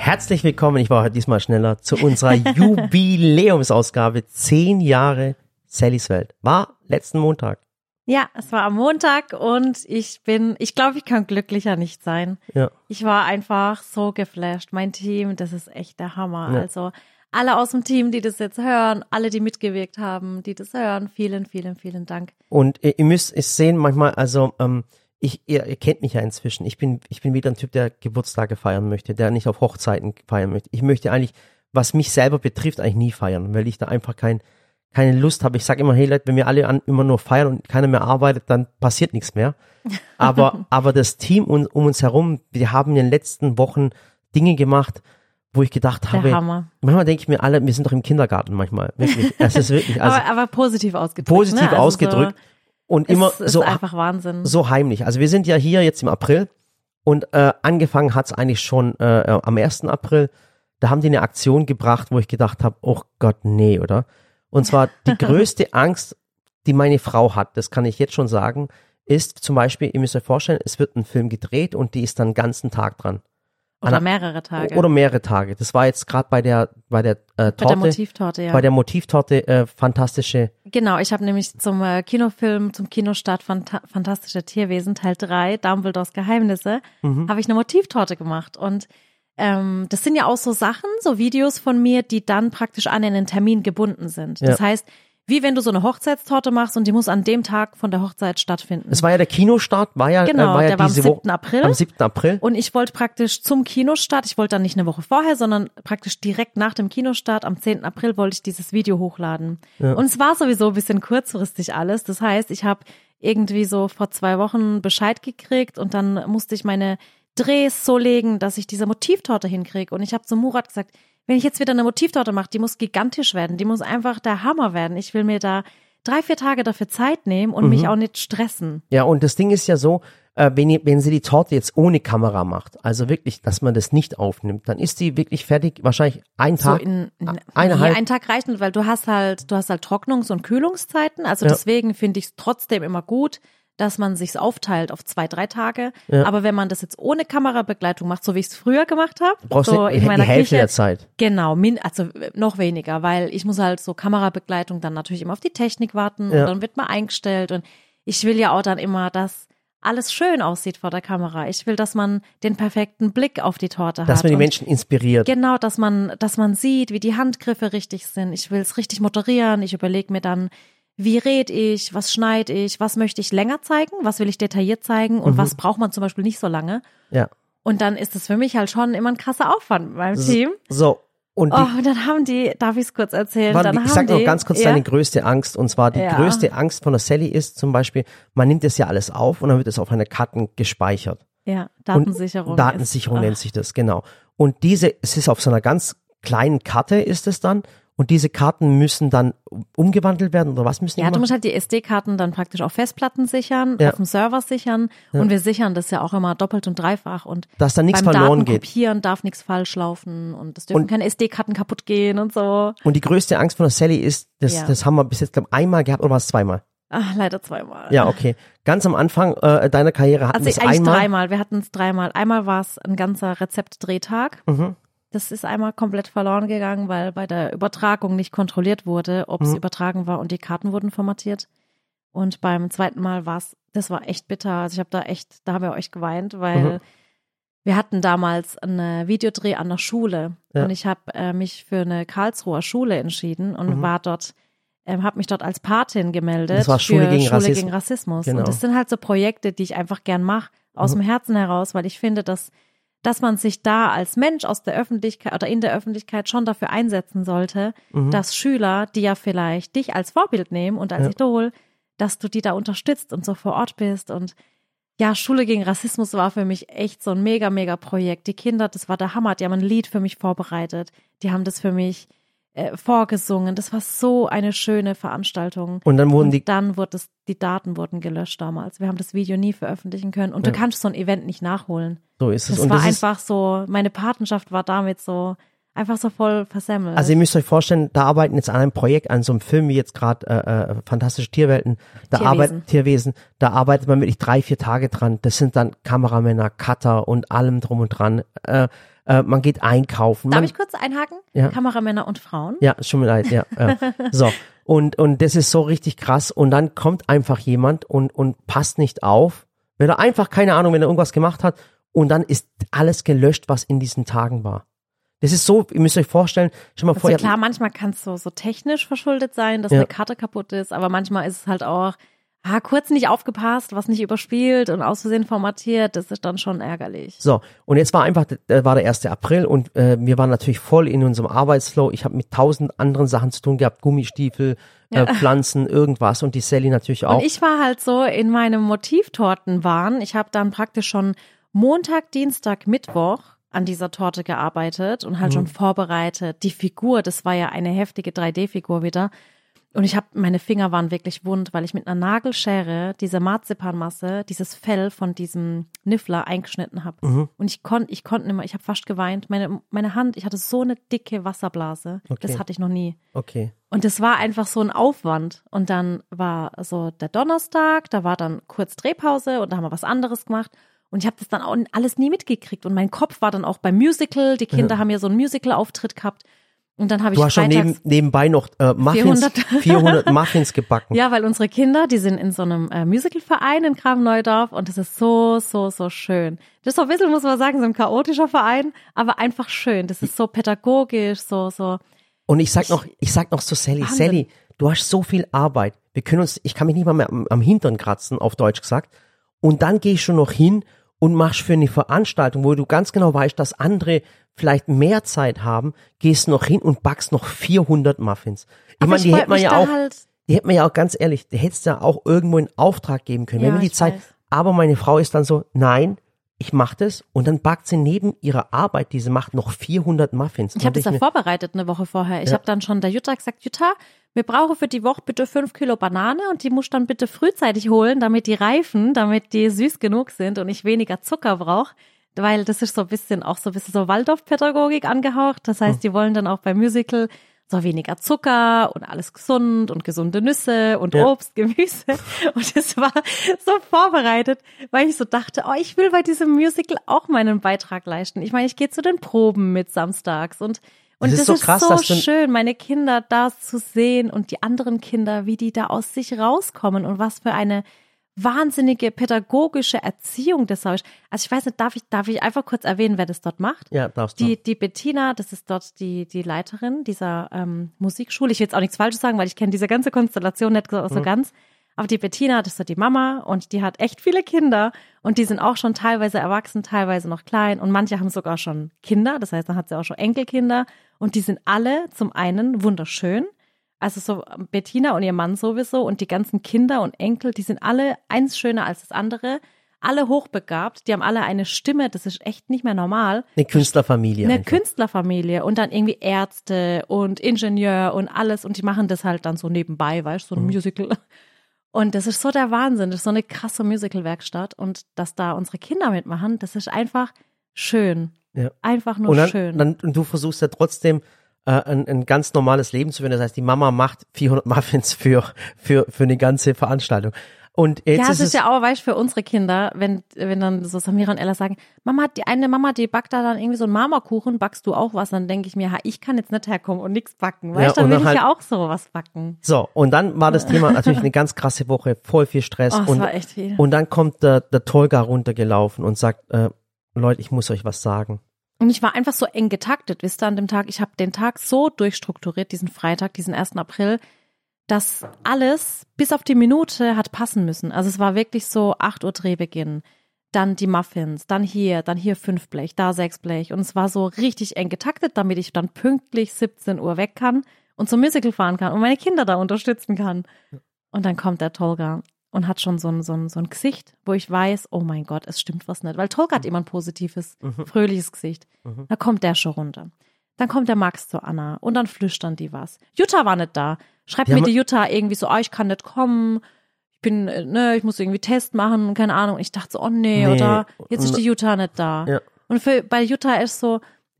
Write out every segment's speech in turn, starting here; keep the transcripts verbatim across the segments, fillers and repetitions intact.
Herzlich willkommen, ich war heute diesmal schneller, zu unserer Jubiläumsausgabe. Zehn Jahre Sallys Welt. War letzten Montag. Ja, es war am Montag und ich bin, ich glaube, ich kann glücklicher nicht sein. Ja. Ich war einfach so geflasht. Mein Team, das ist echt der Hammer. Ja. Also alle aus dem Team, die das jetzt hören, alle, die mitgewirkt haben, die das hören, vielen, vielen, vielen Dank. Und ihr, ihr müsst es sehen, manchmal, also ähm, ich, ihr, ihr kennt mich ja inzwischen. Ich bin, ich bin wieder ein Typ, der Geburtstage feiern möchte, der nicht auf Hochzeiten feiern möchte. Ich möchte eigentlich, was mich selber betrifft, eigentlich nie feiern, weil ich da einfach kein keine Lust habe. Ich sage immer, hey Leute, wenn wir alle an, immer nur feiern und keiner mehr arbeitet, dann passiert nichts mehr. Aber, aber das Team um, um uns herum, wir haben in den letzten Wochen Dinge gemacht, wo ich gedacht habe, Der Hammer. Manchmal denke ich mir, alle, wir sind doch im Kindergarten manchmal. Wirklich. Es ist wirklich, also aber, aber positiv ausgedrückt. Positiv ne? also ausgedrückt. So, und immer es ist so, einfach Wahnsinn. so heimlich. Also wir sind ja hier jetzt im April und äh, angefangen hat es eigentlich schon äh, äh, am ersten April. Da haben die eine Aktion gebracht, wo ich gedacht habe, oh Gott, nee, oder? Und zwar die größte Angst, die meine Frau hat, das kann ich jetzt schon sagen, ist zum Beispiel, ihr müsst euch vorstellen, es wird ein Film gedreht und die ist dann den ganzen Tag dran. Oder mehrere Tage. Oder mehrere Tage. Das war jetzt gerade bei der bei der äh, Torte. Bei der Motivtorte, ja. Bei der Motivtorte äh, fantastische. Genau, ich habe nämlich zum äh, Kinofilm, zum Kinostart Phanta- Fantastische Tierwesen Teil drei, Dumbledores Geheimnisse, mhm. habe ich eine Motivtorte gemacht und Ähm, das sind ja auch so Sachen, so Videos von mir, die dann praktisch an einen Termin gebunden sind. Das ja. heißt, wie wenn du so eine Hochzeitstorte machst und die muss an dem Tag von der Hochzeit stattfinden. Es war ja der Kinostart, war ja, genau, äh, war ja der war diese am siebten April. Am siebten April. Und ich wollte praktisch zum Kinostart, ich wollte dann nicht eine Woche vorher, sondern praktisch direkt nach dem Kinostart, am zehnten April wollte ich dieses Video hochladen. Ja. Und es war sowieso ein bisschen kurzfristig alles. Das heißt, ich habe irgendwie so vor zwei Wochen Bescheid gekriegt und dann musste ich meine Drehs so legen, dass ich diese Motivtorte hinkriege. Und ich habe zu Murat gesagt, wenn ich jetzt wieder eine Motivtorte mache, die muss gigantisch werden, die muss einfach der Hammer werden. Ich will mir da drei, vier Tage dafür Zeit nehmen und mhm. mich auch nicht stressen. Ja, und das Ding ist ja so, äh, wenn, ihr, wenn sie die Torte jetzt ohne Kamera macht, also wirklich, dass man das nicht aufnimmt, dann ist die wirklich fertig, wahrscheinlich ein Tag, so in, in, eine nee, halb. Ein Tag reicht nicht, weil du hast halt, du hast halt Trocknungs- und Kühlungszeiten. Also ja. deswegen finde ich es trotzdem immer gut, dass man sich's aufteilt auf zwei, drei Tage. Ja. Aber wenn man das jetzt ohne Kamerabegleitung macht, so wie ich es früher gemacht habe, brauchst so die, in meiner die Hälfte Küche, der Zeit. Genau, min, also noch weniger, weil ich muss halt so Kamerabegleitung dann natürlich immer auf die Technik warten ja. und dann wird man eingestellt und ich will ja auch dann immer, dass alles schön aussieht vor der Kamera. Ich will, dass man den perfekten Blick auf die Torte dass hat. Dass man die und Menschen inspiriert. Genau, dass man, dass man sieht, wie die Handgriffe richtig sind. Ich will es richtig moderieren. Ich überlege mir dann, wie red ich, was schneide ich, was möchte ich länger zeigen, was will ich detailliert zeigen und mhm. was braucht man zum Beispiel nicht so lange. Ja. Und dann ist es für mich halt schon immer ein krasser Aufwand mit meinem Team. So. Und, die, oh, und dann haben die, darf ich es kurz erzählen? Warte, dann ich haben sag die, noch ganz kurz ja. deine größte Angst, und zwar die ja. größte Angst von der Sally ist zum Beispiel, man nimmt das ja alles auf und dann wird es auf einer Karte gespeichert. Ja, Datensicherung. Und Datensicherung ist, nennt sich das, genau. Und diese, es ist auf so einer ganz kleinen Karte ist es dann. Und diese Karten müssen dann umgewandelt werden oder was müssen die Ja, machen? du musst halt die S D-Karten dann praktisch auf Festplatten sichern, ja. auf dem Server sichern ja. und wir sichern das ja auch immer doppelt und dreifach und dass da nichts beim verloren geht. Datenkopieren darf nichts falsch laufen und es dürfen und, keine S D-Karten kaputt gehen und so. Und die größte Angst von der Sally ist, das, ja. das haben wir bis jetzt glaube ich einmal gehabt oder war es zweimal? Ach, leider zweimal. Ja, okay. Ganz am Anfang äh, deiner Karriere hatten wir also es einmal. Also dreimal, wir hatten es dreimal. Einmal war es ein ganzer Rezeptdrehtag. Mhm. Das ist einmal komplett verloren gegangen, weil bei der Übertragung nicht kontrolliert wurde, ob es mhm. übertragen war und die Karten wurden formatiert. Und beim zweiten Mal war es, das war echt bitter. Also ich habe da echt, da haben wir euch geweint, weil mhm. wir hatten damals einen Videodreh an der Schule ja. und ich habe äh, mich für eine Karlsruher Schule entschieden und mhm. war dort, ähm, habe mich dort als Patin gemeldet. Das war Schule, für gegen, Schule Rassismus. gegen Rassismus. Genau. Und das sind halt so Projekte, die ich einfach gern mache, aus mhm. dem Herzen heraus, weil ich finde, dass dass man sich da als Mensch aus der Öffentlichkeit oder in der Öffentlichkeit schon dafür einsetzen sollte, mhm. dass Schüler, die ja vielleicht dich als Vorbild nehmen und als ja. Idol, dass du die da unterstützt und so vor Ort bist. Und ja, Schule gegen Rassismus war für mich echt so ein mega, mega Projekt. Die Kinder, das war der Hammer, die haben ein Lied für mich vorbereitet. Die haben das für mich äh, vorgesungen. Das war so eine schöne Veranstaltung. Und dann wurden die und dann wurde es, die Daten wurden gelöscht damals. Wir haben das Video nie veröffentlichen können. Und ja. du kannst so ein Event nicht nachholen. So ist es. Das und war das einfach so, meine Patenschaft war damit so einfach so voll versemmelt. Also ihr müsst euch vorstellen, da arbeiten jetzt an einem Projekt, an so einem Film wie jetzt gerade äh, äh, Fantastische Tierwelten, da Tierwesen. arbeitet Tierwesen, da arbeitet man wirklich drei, vier Tage dran. Das sind dann Kameramänner, Cutter und allem drum und dran. Äh, äh, man geht einkaufen. Darf man, ich kurz einhaken? Ja. Kameramänner und Frauen. Ja, schon mir leid, ja. ja. So. Und, und das ist so richtig krass. Und dann kommt einfach jemand und, und passt nicht auf. Wenn er einfach, keine Ahnung, wenn er irgendwas gemacht hat, und dann ist alles gelöscht, was in diesen Tagen war. Das ist so, ihr müsst euch vorstellen, schon mal Also vorher. klar, manchmal kann es so, so technisch verschuldet sein, dass Ja. eine Karte kaputt ist, aber manchmal ist es halt auch, ah, kurz nicht aufgepasst, was nicht überspielt und aus Versehen formatiert, das ist dann schon ärgerlich. So, und jetzt war einfach, äh, war der erste April und äh, wir waren natürlich voll in unserem Arbeitsflow. Ich habe mit tausend anderen Sachen zu tun gehabt, Gummistiefel, Ja. äh, Pflanzen, irgendwas und die Sally natürlich auch. Und ich war halt so in meinem Motivtortenwahn. Ich habe dann praktisch schon Montag, Dienstag, Mittwoch an dieser Torte gearbeitet und halt Mhm. schon vorbereitet. Die Figur, das war ja eine heftige drei D Figur wieder. Und ich habe, meine Finger waren wirklich wund, weil ich mit einer Nagelschere diese Marzipanmasse, dieses Fell von diesem Niffler eingeschnitten habe. Mhm. Und ich konnte, ich konnte nicht mehr, ich habe fast geweint. Meine, meine Hand, ich hatte so eine dicke Wasserblase. Okay. Das hatte ich noch nie. Okay. Und das war einfach so ein Aufwand. Und dann war so der Donnerstag, da war dann kurz Drehpause und da haben wir was anderes gemacht. Und ich habe das dann auch alles nie mitgekriegt. Und mein Kopf war dann auch beim Musical. Die Kinder Ja. haben ja so einen Musical-Auftritt gehabt. Und dann habe ich Du hast schon freitags, neben, nebenbei noch äh, Muffins, vierhundert vierhundert Muffins gebacken. ja, weil unsere Kinder, die sind in so einem äh, Musical-Verein in Graben-Neudorf und das ist so, so, so schön. Das ist so ein bisschen, muss man sagen, so ein chaotischer Verein, aber einfach schön. Das ist so pädagogisch, so, so. Und ich sag noch, ich sag noch so, Sally, Wahnsinn. Sally, du hast so viel Arbeit. Wir können uns, ich kann mich nicht mal mehr am, am Hintern kratzen, auf Deutsch gesagt. Und dann gehe ich schon noch hin und machst für eine Veranstaltung, wo du ganz genau weißt, dass andere vielleicht mehr Zeit haben, gehst noch hin und backst noch vierhundert Muffins. Ich Aber meine, ich die wollt hätte man mich ja da auch, halt, die hätte man ja auch ganz ehrlich, die hättest ja auch irgendwo in Auftrag geben können, Ja, wenn wir die ich Zeit, weiß. aber meine Frau ist dann so, nein, ich mach das und dann backt sie neben ihrer Arbeit, die sie macht, noch vierhundert Muffins. ich habe das Und ja mir, vorbereitet eine Woche vorher. Ich Ja. habe dann schon der Jutta gesagt, Jutta, wir brauchen für die Woche bitte fünf Kilo Banane und die musst dann bitte frühzeitig holen, damit die reifen, damit die süß genug sind und ich weniger Zucker brauche. Weil das ist so ein bisschen auch so ein bisschen so Waldorfpädagogik angehaucht. Das heißt, die wollen dann auch beim Musical so weniger Zucker und alles gesund und gesunde Nüsse und Ja. Obst, Gemüse. Und es war so vorbereitet, weil ich so dachte, oh, ich will bei diesem Musical auch meinen Beitrag leisten. Ich meine, ich gehe zu den Proben mit samstags und und Das das, ist so ist krass, so dass du- schön, meine Kinder da zu sehen und die anderen Kinder, wie die da aus sich rauskommen und was für eine wahnsinnige pädagogische Erziehung das ist. Also ich weiß nicht, darf ich, darf ich einfach kurz erwähnen, wer das dort macht? ja, darfst du. Die, die Bettina, das ist dort die, die Leiterin dieser ähm, Musikschule. Ich will jetzt auch nichts Falsches sagen, weil ich kenne diese ganze Konstellation nicht so, so Mhm. ganz. Aber die Bettina, das ist so die Mama und die hat echt viele Kinder und die sind auch schon teilweise erwachsen, teilweise noch klein und manche haben sogar schon Kinder. Das heißt, dann hat sie auch schon Enkelkinder und die sind alle zum einen wunderschön. Also so Bettina und ihr Mann sowieso und die ganzen Kinder und Enkel, die sind alle eins schöner als das andere, alle hochbegabt, die haben alle eine Stimme, das ist echt nicht mehr normal. Eine Künstlerfamilie. Eine einfach. Künstlerfamilie und dann irgendwie Ärzte und Ingenieur und alles und die machen das halt dann so nebenbei, weißt du, so ein Mhm. Musical. Und das ist so der Wahnsinn, das ist so eine krasse Musical-Werkstatt und dass da unsere Kinder mitmachen, das ist einfach schön. Ja. Einfach nur Und dann, schön. dann, und du versuchst ja trotzdem äh, ein, ein ganz normales Leben zu führen. Das heißt, die Mama macht vierhundert Muffins für, für, für eine ganze Veranstaltung. Und jetzt Ja, ist es ist ja auch, weißt du, für unsere Kinder, wenn, wenn dann so Samira und Ella sagen, Mama, die eine Mama, die backt da dann irgendwie so einen Marmorkuchen, backst du auch was? Dann denke ich mir, ha, ich kann jetzt nicht herkommen und nichts backen, weißt Ja, du, dann und will dann ich halt- ja auch so was backen. so, und dann war das Thema natürlich eine ganz krasse Woche, voll viel Stress. Oh, es und, war echt viel. und dann kommt der, der Tolga runtergelaufen und sagt, äh, Leute, ich muss euch was sagen. Und ich war einfach so eng getaktet, wisst ihr, an dem Tag. Ich habe den Tag so durchstrukturiert, diesen Freitag, diesen ersten April, dass alles bis auf die Minute hat passen müssen. Also es war wirklich so acht Uhr Drehbeginn, dann die Muffins, dann hier, dann hier fünf Blech, da sechs Blech. Und es war so richtig eng getaktet, damit ich dann pünktlich siebzehn Uhr weg kann und zum Musical fahren kann und meine Kinder da unterstützen kann. Und dann kommt der Tolga und hat schon so ein, so ein, so ein Gesicht, wo ich weiß, oh mein Gott, es stimmt was nicht. Weil Tolga hat immer ein positives, Mhm. fröhliches Gesicht. Mhm. Da kommt der schon runter. Dann kommt der Max zu Anna und dann flüstern die was. Jutta war nicht da. Schreibt Die mir haben- die Jutta irgendwie so, oh, ich kann nicht kommen. Ich bin, äh, ne, ich muss irgendwie Test machen, keine Ahnung. Und ich dachte so, oh nee, Nee. oder jetzt ist die Jutta nicht da. Ja. Und für, bei Jutta ist so,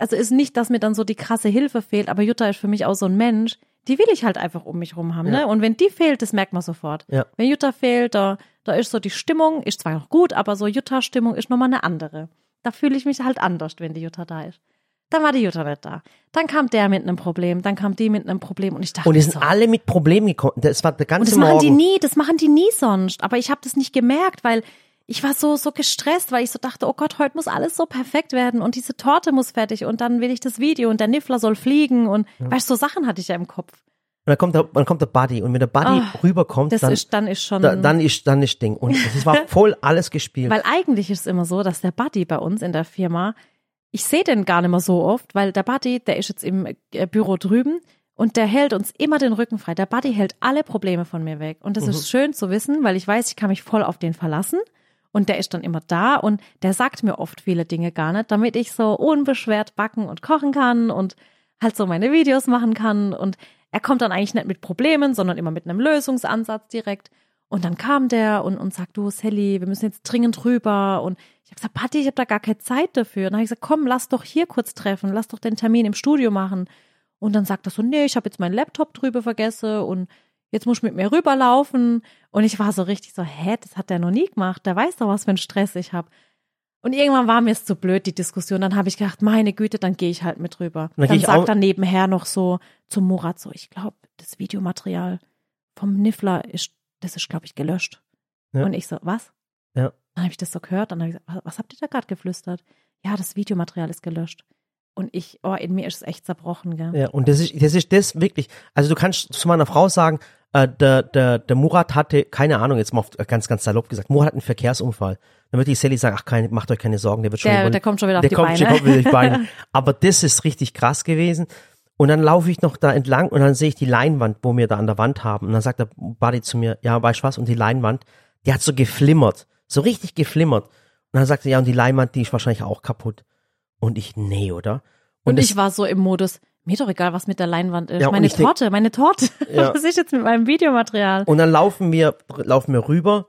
also ist nicht, dass mir dann so die krasse Hilfe fehlt, aber Jutta ist für mich auch so ein Mensch, die will ich halt einfach um mich rum haben, ja. ne? Und wenn die fehlt, das merkt man sofort. Ja. Wenn Jutta fehlt, da, da ist so die Stimmung, ist zwar noch gut, aber so Jutta-Stimmung ist nochmal eine andere. Da fühle ich mich halt anders, wenn die Jutta da ist. Dann war die Jutta nicht da. Dann kam der mit einem Problem, dann kam die mit einem Problem und ich dachte Und die sind so, alle mit Problemen gekommen. Das war der ganze und das Morgen. machen die nie, das machen die nie sonst. Aber ich habe das nicht gemerkt, weil ich war so so gestresst, weil ich so dachte, oh Gott, heute muss alles so perfekt werden und diese Torte muss fertig und dann will ich das Video und der Niffler soll fliegen und ja. weißt du, so Sachen hatte ich ja im Kopf. Und dann kommt der, dann kommt der Buddy und wenn der Buddy oh, rüberkommt, das dann ist dann ist schon da, dann ist dann ist Ding und es war voll alles gespielt. Weil eigentlich ist es immer so, dass der Buddy bei uns in der Firma, ich sehe den gar nicht mehr so oft, weil der Buddy, der ist jetzt im Büro drüben und der hält uns immer den Rücken frei. Der Buddy hält alle Probleme von mir weg und das mhm. ist schön zu wissen, weil ich weiß, ich kann mich voll auf den verlassen. Und der ist dann immer da und der sagt mir oft viele Dinge gar nicht, damit ich so unbeschwert backen und kochen kann und halt so meine Videos machen kann. Und er kommt dann eigentlich nicht mit Problemen, sondern immer mit einem Lösungsansatz direkt. Und dann kam der und, und sagt, du Sally, wir müssen jetzt dringend rüber. Und ich habe gesagt, Patti, ich habe da gar keine Zeit dafür. Und dann habe ich gesagt, komm, lass doch hier kurz treffen, lass doch den Termin im Studio machen. Und dann sagt er so, nee, ich habe jetzt meinen Laptop drüber vergessen und jetzt muss ich mit mir rüberlaufen. Und ich war so richtig so, hä, das hat der noch nie gemacht. Der weiß doch, was für einen Stress ich habe. Und irgendwann war mir es zu blöd, die Diskussion. Dann habe ich gedacht, meine Güte, dann gehe ich halt mit rüber. Dann, dann sagt er nebenher noch so zum Murat so, ich glaube, das Videomaterial vom Niffler, ist, das ist, glaube ich, gelöscht. Ja. Und ich so, was? Ja. Dann habe ich das so gehört. Dann habe ich gesagt, was habt ihr da gerade geflüstert? Ja, das Videomaterial ist gelöscht. Und ich, oh, in mir ist es echt zerbrochen, gell? Ja, und das ist, das ist das wirklich, also du kannst zu meiner Frau sagen, äh, der, der, der Murat hatte, keine Ahnung, jetzt mal auf, ganz, ganz salopp gesagt, Murat hat einen Verkehrsunfall. Dann wird die Sally sagen, ach, keine, macht euch keine Sorgen, der wird schon der, über, der kommt schon wieder auf der die kommt, Beine. Der kommt wieder auf die Beine. Aber das ist richtig krass gewesen. Und dann laufe ich noch da entlang und dann sehe ich die Leinwand, wo wir da an der Wand haben. Und dann sagt der Buddy zu mir, ja, weißt du was? Und die Leinwand, die hat so geflimmert, so richtig geflimmert. Und dann sagt er, ja, und die Leinwand, die ist wahrscheinlich auch kaputt. Und ich, nee, oder? Und, und ich war so im Modus, mir doch egal, was mit der Leinwand ist. Ja, meine denk, Torte, meine Torte. Ja. Was ist jetzt mit meinem Videomaterial? Und dann laufen wir, laufen wir rüber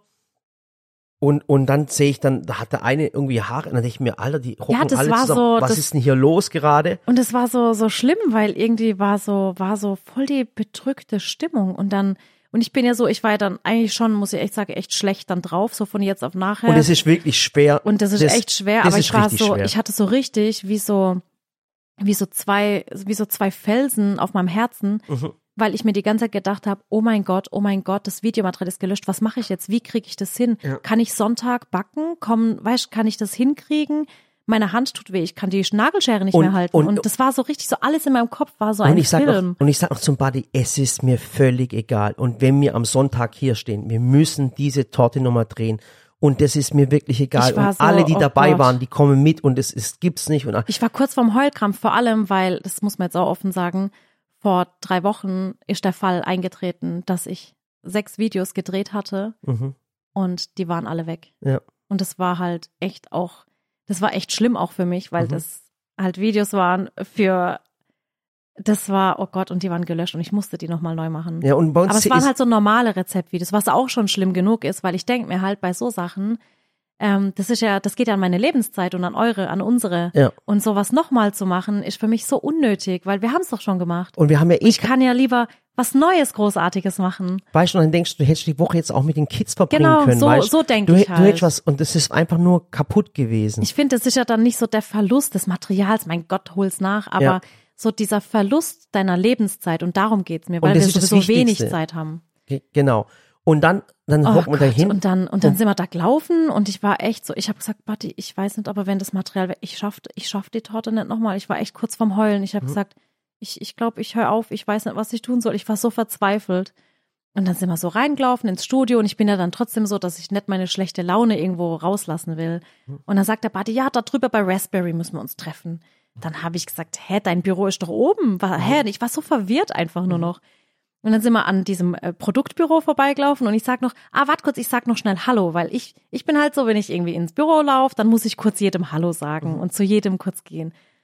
und, und dann sehe ich dann, da hat der eine irgendwie Haare und dann denke ich mir, Alter, die hocken ja, das alle war zusammen. So, was das, ist denn hier los gerade? Und es war so, so schlimm, weil irgendwie war so, war so voll die bedrückte Stimmung und dann, und ich bin ja so, ich war ja dann eigentlich schon, muss ich echt sagen, echt schlecht dann drauf, so von jetzt auf nachher. Und es ist wirklich schwer. Und das ist das, echt schwer, aber ich war so, schwer. ich hatte so richtig, wie so, wie so zwei, wie so zwei Felsen auf meinem Herzen, mhm. weil ich mir die ganze Zeit gedacht habe, oh mein Gott, oh mein Gott, das Videomaterial ist gelöscht, was mache ich jetzt, wie kriege ich das hin? Ja. Kann ich Sonntag backen? Komm, weißt, kann ich das hinkriegen? Meine Hand tut weh, ich kann die Nagelschere nicht und, mehr halten. Und, und das war so richtig, so alles in meinem Kopf war so ein ich sag Film. Noch, und ich sag noch zum Buddy, es ist mir völlig egal. Und wenn wir am Sonntag hier stehen, wir müssen diese Torte nochmal drehen. Und das ist mir wirklich egal. Und so, alle, die oh dabei Gott. waren, die kommen mit und es, es gibt's nicht. Und ich war kurz vorm Heulkrampf, vor allem, weil, das muss man jetzt auch offen sagen, vor drei Wochen ist der Fall eingetreten, dass ich sechs Videos gedreht hatte mhm. und die waren alle weg. Ja. Und das war halt echt auch, das war echt schlimm auch für mich, weil mhm. das halt Videos waren für, das war, oh Gott, und die waren gelöscht und ich musste die nochmal neu machen. Ja, und bei uns aber es waren halt so normale Rezeptvideos, was auch schon schlimm genug ist, weil ich denke mir halt bei so Sachen, ähm, das ist ja, das geht ja an meine Lebenszeit und an eure, an unsere. Ja. Und sowas nochmal zu machen, ist für mich so unnötig, weil wir haben es doch schon gemacht. Und wir haben ja eh. Ich kann ja lieber was Neues, Großartiges machen. Weißt du, und dann denkst du, du hättest die Woche jetzt auch mit den Kids verbringen genau, können. So, weißt? so denke du, ich halt. Du hättest was, und das ist einfach nur kaputt gewesen. Ich finde, das ist ja dann nicht so der Verlust des Materials, mein Gott, hol's nach, aber ja. so dieser Verlust deiner Lebenszeit und darum geht's mir, weil wir sowieso wenig Zeit haben. Genau. Und dann, dann oh hocken wir da hin. Und dann, und dann und sind wir da gelaufen und ich war echt so, ich habe gesagt, Buddy, ich weiß nicht, aber wenn das Material, ich schaff, ich schaff die Torte nicht nochmal. Ich war echt kurz vorm Heulen. Ich habe mhm. gesagt, ich, ich glaube, ich höre auf, ich weiß nicht, was ich tun soll. Ich war so verzweifelt. Und dann sind wir so reingelaufen ins Studio und ich bin ja dann trotzdem so, dass ich nicht meine schlechte Laune irgendwo rauslassen will. Mhm. Und dann sagt der Buddy, ja, da drüber bei Raspberry müssen wir uns treffen. Dann habe ich gesagt, hä, dein Büro ist doch oben. War, hä, ich war so verwirrt einfach nur noch. Und dann sind wir an diesem äh, Produktbüro vorbeigelaufen und ich sag noch, ah, warte kurz, ich sag noch schnell Hallo, weil ich ich bin halt so, wenn ich irgendwie ins Büro laufe, dann muss ich kurz jedem Hallo sagen mhm. und zu jedem kurz gehen.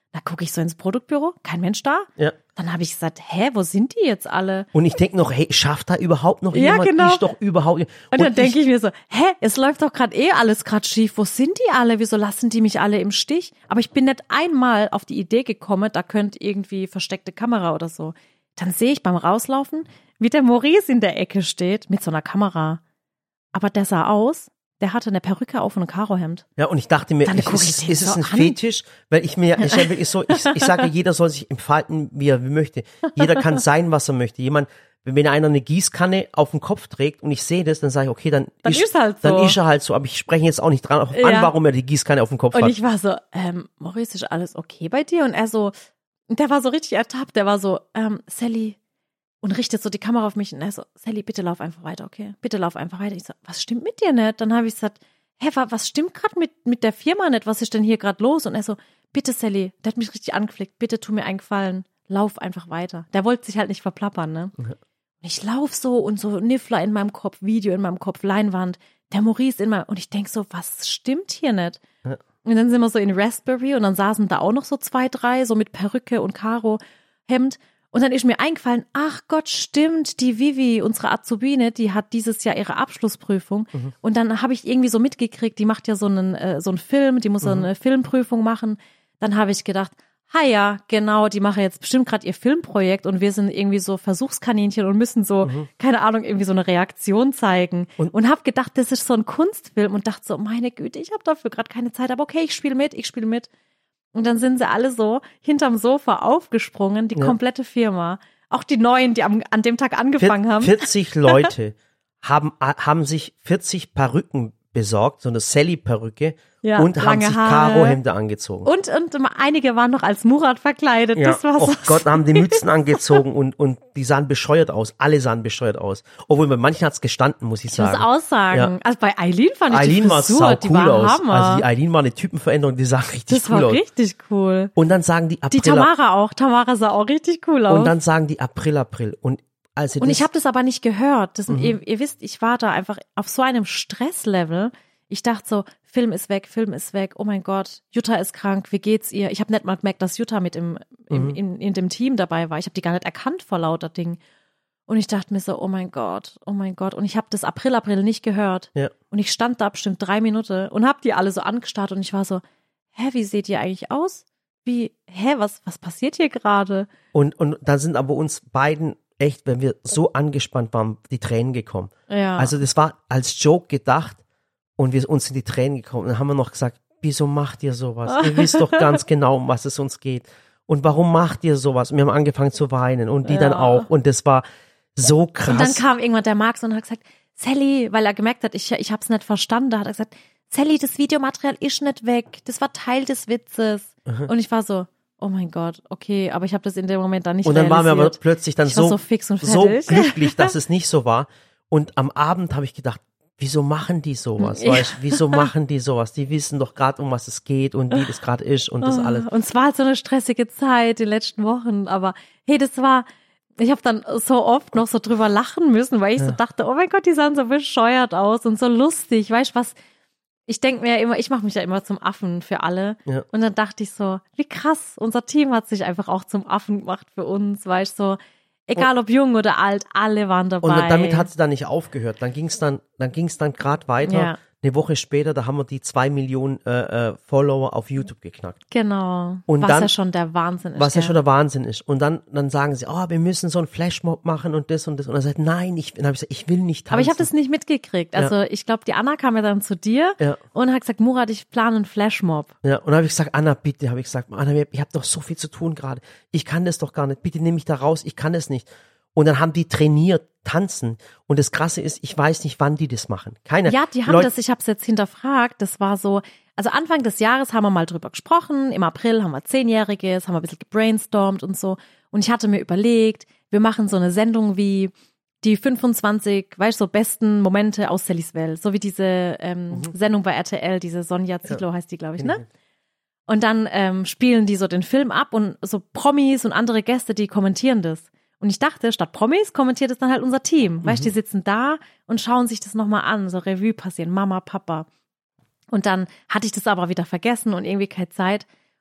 Da gucke ich so ins Produktbüro, kein Mensch da. Ja. Dann habe ich gesagt, hä, wo sind die jetzt alle? Und ich denke noch, hey, schafft da überhaupt noch Ja, jemand? genau. Ist doch überhaupt. Und, Und dann denke ich mir so, hä, es läuft doch gerade eh alles gerade schief. Wo sind die alle? Wieso lassen die mich alle im Stich? Aber ich bin nicht einmal auf die Idee gekommen, da könnte irgendwie versteckte Kamera oder so. Dann sehe ich beim Rauslaufen, wie der Maurice in der Ecke steht mit so einer Kamera. Aber der sah aus, der hatte eine Perücke auf und ein Karohemd. Ja, und ich dachte mir, Dann ist, guck ich ist, den ist es so ein an. Fetisch? Weil ich mir, ich, ich, so, ich, ich sage, jeder soll sich entfalten, wie er möchte. Jeder kann sein, was er möchte. Jemand, wenn einer eine Gießkanne auf den Kopf trägt und ich sehe das, dann sage ich, okay, dann, Dann ist halt so. Dann ist er halt so. Aber ich spreche jetzt auch nicht dran auf Ja. an, warum er die Gießkanne auf dem Kopf Und hat. ich war so, ähm, Maurice, ist alles okay bei dir? Und er so, der war so richtig ertappt, der war so, ähm, Sally, und richtet so die Kamera auf mich und er so, Sally, bitte lauf einfach weiter, okay? Bitte lauf einfach weiter. Ich so, was stimmt mit dir nicht? Dann habe ich gesagt, hä, wa- was stimmt gerade mit, mit der Firma nicht? Was ist denn hier gerade los? Und er so, bitte Sally, der hat mich richtig angeflickt, bitte tu mir einen Gefallen, lauf einfach weiter. Der wollte sich halt nicht verplappern, ne? Ja. Und ich lauf so und so Niffler in meinem Kopf, Video in meinem Kopf, Leinwand, der Maurice in meinem, und ich denk so, was stimmt hier nicht? Ja. Und dann sind wir so in Raspberry und dann saßen da auch noch so zwei, drei, so mit Perücke und Karo-Hemd. Und dann ist mir eingefallen, ach Gott, stimmt, die Vivi, unsere Azubine, die hat dieses Jahr ihre Abschlussprüfung. Mhm. Und dann habe ich irgendwie so mitgekriegt, die macht ja so einen, äh, so einen Film, die muss so eine Filmprüfung machen. Dann habe ich gedacht, ha ja, genau, die machen jetzt bestimmt gerade ihr Filmprojekt und wir sind irgendwie so Versuchskaninchen und müssen so, mhm. keine Ahnung, irgendwie so eine Reaktion zeigen. Und, und habe gedacht, das ist so ein Kunstfilm und dachte so, meine Güte, ich habe dafür gerade keine Zeit, aber okay, ich spiele mit, ich spiele mit. Und dann sind sie alle so hinterm Sofa aufgesprungen, die ja. komplette Firma. Auch die Neuen, die am, an dem Tag angefangen haben. vierzig Leute haben, haben sich vierzig Perücken besorgt, so eine Sally-Perücke, ja, und haben sich Haare. Karohemde angezogen. Und, und einige waren noch als Murat verkleidet. Ja. Das war so. Oh Gott, haben die Mützen angezogen und, und die sahen bescheuert aus. Alle sahen bescheuert aus. Obwohl bei manchen hat's gestanden, muss ich Ich sagen. muss aussagen. Ja. Also bei Eileen fand ich Eileen die war Frisur, sau die cool war aus. Hammer. Also die Eileen war eine Typenveränderung, die sah richtig das cool war aus. richtig cool. Und dann sagen die April. Die Tamara auch. Tamara sah auch richtig cool aus. Und dann sagen die April, April. Und als Und ich habe das aber nicht gehört. Das, mhm. ihr, ihr wisst, ich war da einfach auf so einem Stresslevel. Ich dachte so, Film ist weg, Film ist weg, oh mein Gott, Jutta ist krank, wie geht's ihr? Ich habe nicht mal gemerkt, dass Jutta mit im, im mhm. in, in dem Team dabei war. Ich habe die gar nicht erkannt vor lauter Dingen. Und ich dachte mir so, oh mein Gott, oh mein Gott. Und ich habe das April, April nicht gehört. Ja. Und ich stand da bestimmt drei Minuten und habe die alle so angestarrt und ich war so, hä, wie seht ihr eigentlich aus? Wie, hä, was, was passiert hier gerade? Und, und dann sind aber uns beiden echt, wenn wir so angespannt waren, die Tränen gekommen. Ja. Also das war als Joke gedacht. Und wir uns sind die Tränen gekommen. Und dann haben wir noch gesagt, wieso macht ihr sowas? Ihr wisst doch ganz genau, um was es uns geht. Und warum macht ihr sowas? Und wir haben angefangen zu weinen und die ja. dann auch. Und das war so krass. Und dann kam irgendwann der Max und hat gesagt, Sally, weil er gemerkt hat, ich, ich hab's nicht verstanden, da hat er gesagt, Sally, das Videomaterial ist nicht weg. Das war Teil des Witzes. Mhm. Und ich war so, oh mein Gott, okay, aber ich habe das in dem Moment dann nicht realisiert. Und dann waren wir aber plötzlich dann ich so, war so, fix und so fertig. glücklich, dass es nicht so war. Und am Abend habe ich gedacht, wieso machen die sowas? Ja. Weißt, wieso machen die sowas? Die wissen doch gerade, um was es geht und wie das gerade ist und das alles. Und es war halt so eine stressige Zeit, die letzten Wochen, aber hey, das war, ich habe dann so oft noch so drüber lachen müssen, weil ich ja. so dachte, oh mein Gott, die sahen so bescheuert aus und so lustig, weißt du was? Ich denke mir ja immer, ich mache mich ja immer zum Affen für alle. Ja. Und dann dachte ich so, wie krass, unser Team hat sich einfach auch zum Affen gemacht für uns, weißt du, so. Egal ob jung oder alt, alle waren dabei. Und damit hat es dann nicht aufgehört. Dann ging es dann, dann ging es dann gerade weiter. Ja. Eine Woche später, da haben wir die zwei Millionen äh, äh, Follower auf YouTube geknackt. Genau. Und was dann, ja schon der Wahnsinn ist. Was ja, ja schon der Wahnsinn ist. Und dann, dann sagen sie, oh, wir müssen so einen Flashmob machen und das und das. Und er sagt, nein, ich, dann hab ich gesagt, ich will nicht tanzen. Aber ich habe das nicht mitgekriegt. Also ja. ich glaube, die Anna kam ja dann zu dir ja. und hat gesagt, Murat, ich plane einen Flashmob. Ja, und dann habe ich gesagt, Anna, bitte, habe ich gesagt, Anna, ich habe doch so viel zu tun gerade. Ich kann das doch gar nicht. Bitte nimm mich da raus, ich kann das nicht. Und dann haben die trainiert, tanzen. Und das Krasse ist, ich weiß nicht, wann die das machen. Keiner. Ja, die haben Leut- das, ich habe es jetzt hinterfragt. Das war so, also Anfang des Jahres haben wir mal drüber gesprochen. Im April haben wir Zehnjähriges, haben wir ein bisschen gebrainstormt und so. Und ich hatte mir überlegt, wir machen so eine Sendung wie die fünfundzwanzig, weißt du, so besten Momente aus Sallys Welt. So wie diese ähm, mhm. Sendung bei R T L, diese Sonja Zietlow ja. heißt die, glaube ich, ne? Mhm. Und dann ähm, spielen die so den Film ab und so Promis und andere Gäste, die kommentieren das. Und ich dachte, statt Promis kommentiert es dann halt unser Team. Mhm. Weißt du, die sitzen da und schauen sich das nochmal an, so Revue passieren, Mama, Papa. Und dann hatte ich das aber wieder vergessen und irgendwie keine Zeit.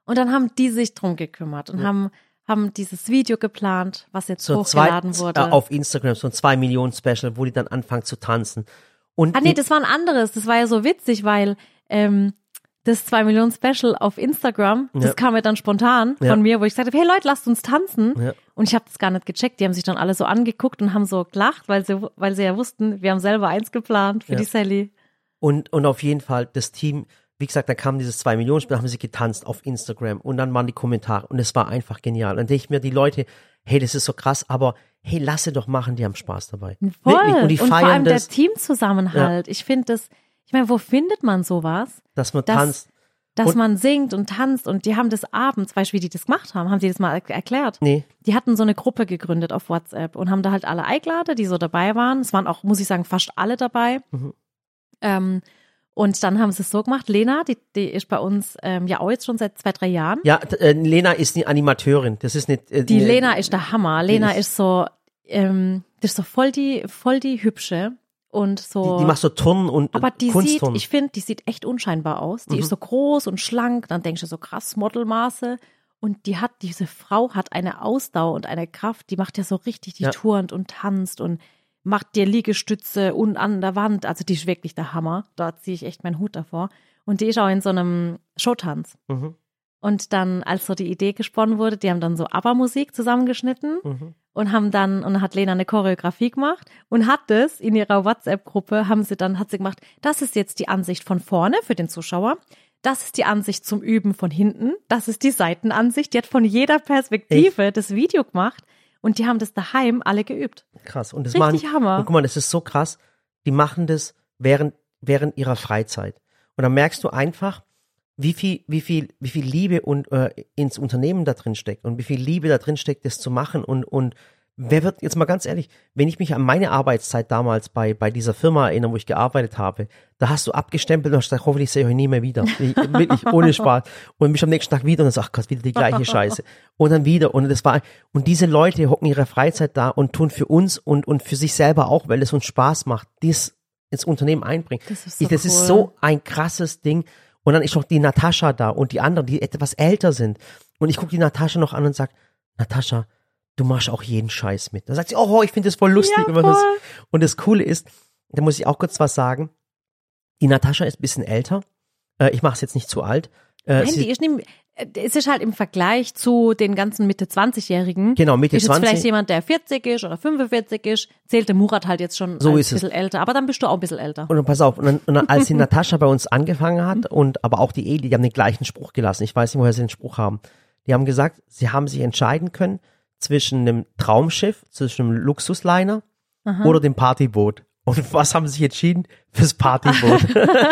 Und dann haben die sich drum gekümmert und ja. haben haben dieses Video geplant, was jetzt so hochgeladen zwei, wurde. Äh, auf Instagram, so ein zwei Millionen Special, wo die dann anfangen zu tanzen. Und ah nee, das war ein anderes. Das war ja so witzig, weil ähm, das zwei Millionen Special auf Instagram, das ja. kam mir dann spontan ja. von mir, wo ich gesagt habe, hey Leute, lasst uns tanzen. Ja. Und ich habe das gar nicht gecheckt. Die haben sich dann alle so angeguckt und haben so gelacht, weil sie, weil sie ja wussten, wir haben selber eins geplant für ja. die Sally. Und, und auf jeden Fall das Team, wie gesagt, da kam dieses zwei Millionen Spiel, da haben sie getanzt auf Instagram und dann waren die Kommentare und es war einfach genial. Und dann denke ich mir, die Leute, hey, das ist so krass, aber hey, lass sie doch machen, die haben Spaß dabei. Voll. Wirklich. Und die und feiern vor allem das. Der Teamzusammenhalt. Ja. Ich finde das, ich meine, wo findet man sowas? Dass man dass, tanzt. Dass und man singt und tanzt und die haben das abends, weißt du, wie die das gemacht haben? Haben sie das mal er- erklärt? Nee. Die hatten so eine Gruppe gegründet auf WhatsApp und haben da halt alle eingeladen, die so dabei waren. Es waren auch, muss ich sagen, fast alle dabei. Mhm. Ähm, Und dann haben sie es so gemacht, Lena, die, die ist bei uns ähm, ja auch jetzt schon seit zwei, drei Jahren. Ja, äh, Lena ist die Animateurin, das ist nicht... Äh, die ne, Lena ist der Hammer. Lena ist, ist so, ähm, das ist so voll die, voll die hübsche und so... Die, die macht so Turnen und Aber die Kunstturnen. sieht, ich finde, die sieht echt unscheinbar aus. Die Mhm. ist so groß und schlank, dann denkst du so krass Modelmaße. Und die hat, diese Frau hat eine Ausdauer und eine Kraft, die macht ja so richtig, die ja. turnt und tanzt und macht dir Liegestütze und an der Wand. Also die ist wirklich der Hammer. Da ziehe ich echt meinen Hut davor. Und die ist auch in so einem Showtanz. Mhm. Und dann, als so die Idee gesponnen wurde, die haben dann so ABBA-Musik zusammengeschnitten mhm. und haben dann, und dann hat Lena eine Choreografie gemacht und hat das in ihrer WhatsApp-Gruppe, haben sie dann, hat sie gemacht, das ist jetzt die Ansicht von vorne für den Zuschauer. Das ist die Ansicht zum Üben von hinten. Das ist die Seitenansicht. Die hat von jeder Perspektive Echt? das Video gemacht. Und die haben das daheim alle geübt. Krass. Und das Richtig machen, Hammer. Und guck mal, das ist so krass. Die machen das während, während ihrer Freizeit. Und dann merkst du einfach, wie viel, wie viel, wie viel Liebe und, äh, ins Unternehmen da drin steckt und wie viel Liebe da drin steckt, das zu machen. Und, und wer wird, jetzt mal ganz ehrlich, wenn ich mich an meine Arbeitszeit damals bei, bei dieser Firma erinnere, wo ich gearbeitet habe, da hast du abgestempelt und hast gesagt, hoffentlich sehe ich euch nie mehr wieder. Ich, wirklich, ohne Spaß. Und mich am nächsten Tag wieder und dann so, ach Gott, wieder die gleiche Scheiße. Und dann wieder. Und das war, und diese Leute hocken ihre Freizeit da und tun für uns und, und für sich selber auch, weil es uns Spaß macht, dies ins Unternehmen einbringen. Das ist so, ich, das cool. ist so ein krasses Ding. Und dann ist noch die Natascha da und die anderen, die etwas älter sind. Und ich gucke die Natascha noch an und sage, Natascha, du machst auch jeden Scheiß mit. Dann sagt sie, oh, ich finde das voll lustig. Ja, voll. Und das Coole ist, da muss ich auch kurz was sagen, die Natascha ist ein bisschen älter. Äh, ich mache es jetzt nicht zu alt. Äh, Nein, sie, die ist nicht, es ist halt im Vergleich zu den ganzen Mitte-zwanzig-Jährigen. Genau, Mitte ist jetzt zwanzig. vielleicht jemand, der vierzig ist oder fünfundvierzig ist, zählt der Murat halt jetzt schon so als ist ein bisschen es. älter. Aber dann bist du auch ein bisschen älter. Und dann pass auf, und dann, und dann, als die Natascha bei uns angefangen hat und aber auch die Eli, die haben den gleichen Spruch gelassen. Ich weiß nicht, woher sie den Spruch haben. Die haben gesagt, sie haben sich entscheiden können zwischen einem Traumschiff, zwischen einem Luxusliner Aha. oder dem Partyboot. Und was haben sie sich entschieden? Fürs Partyboot.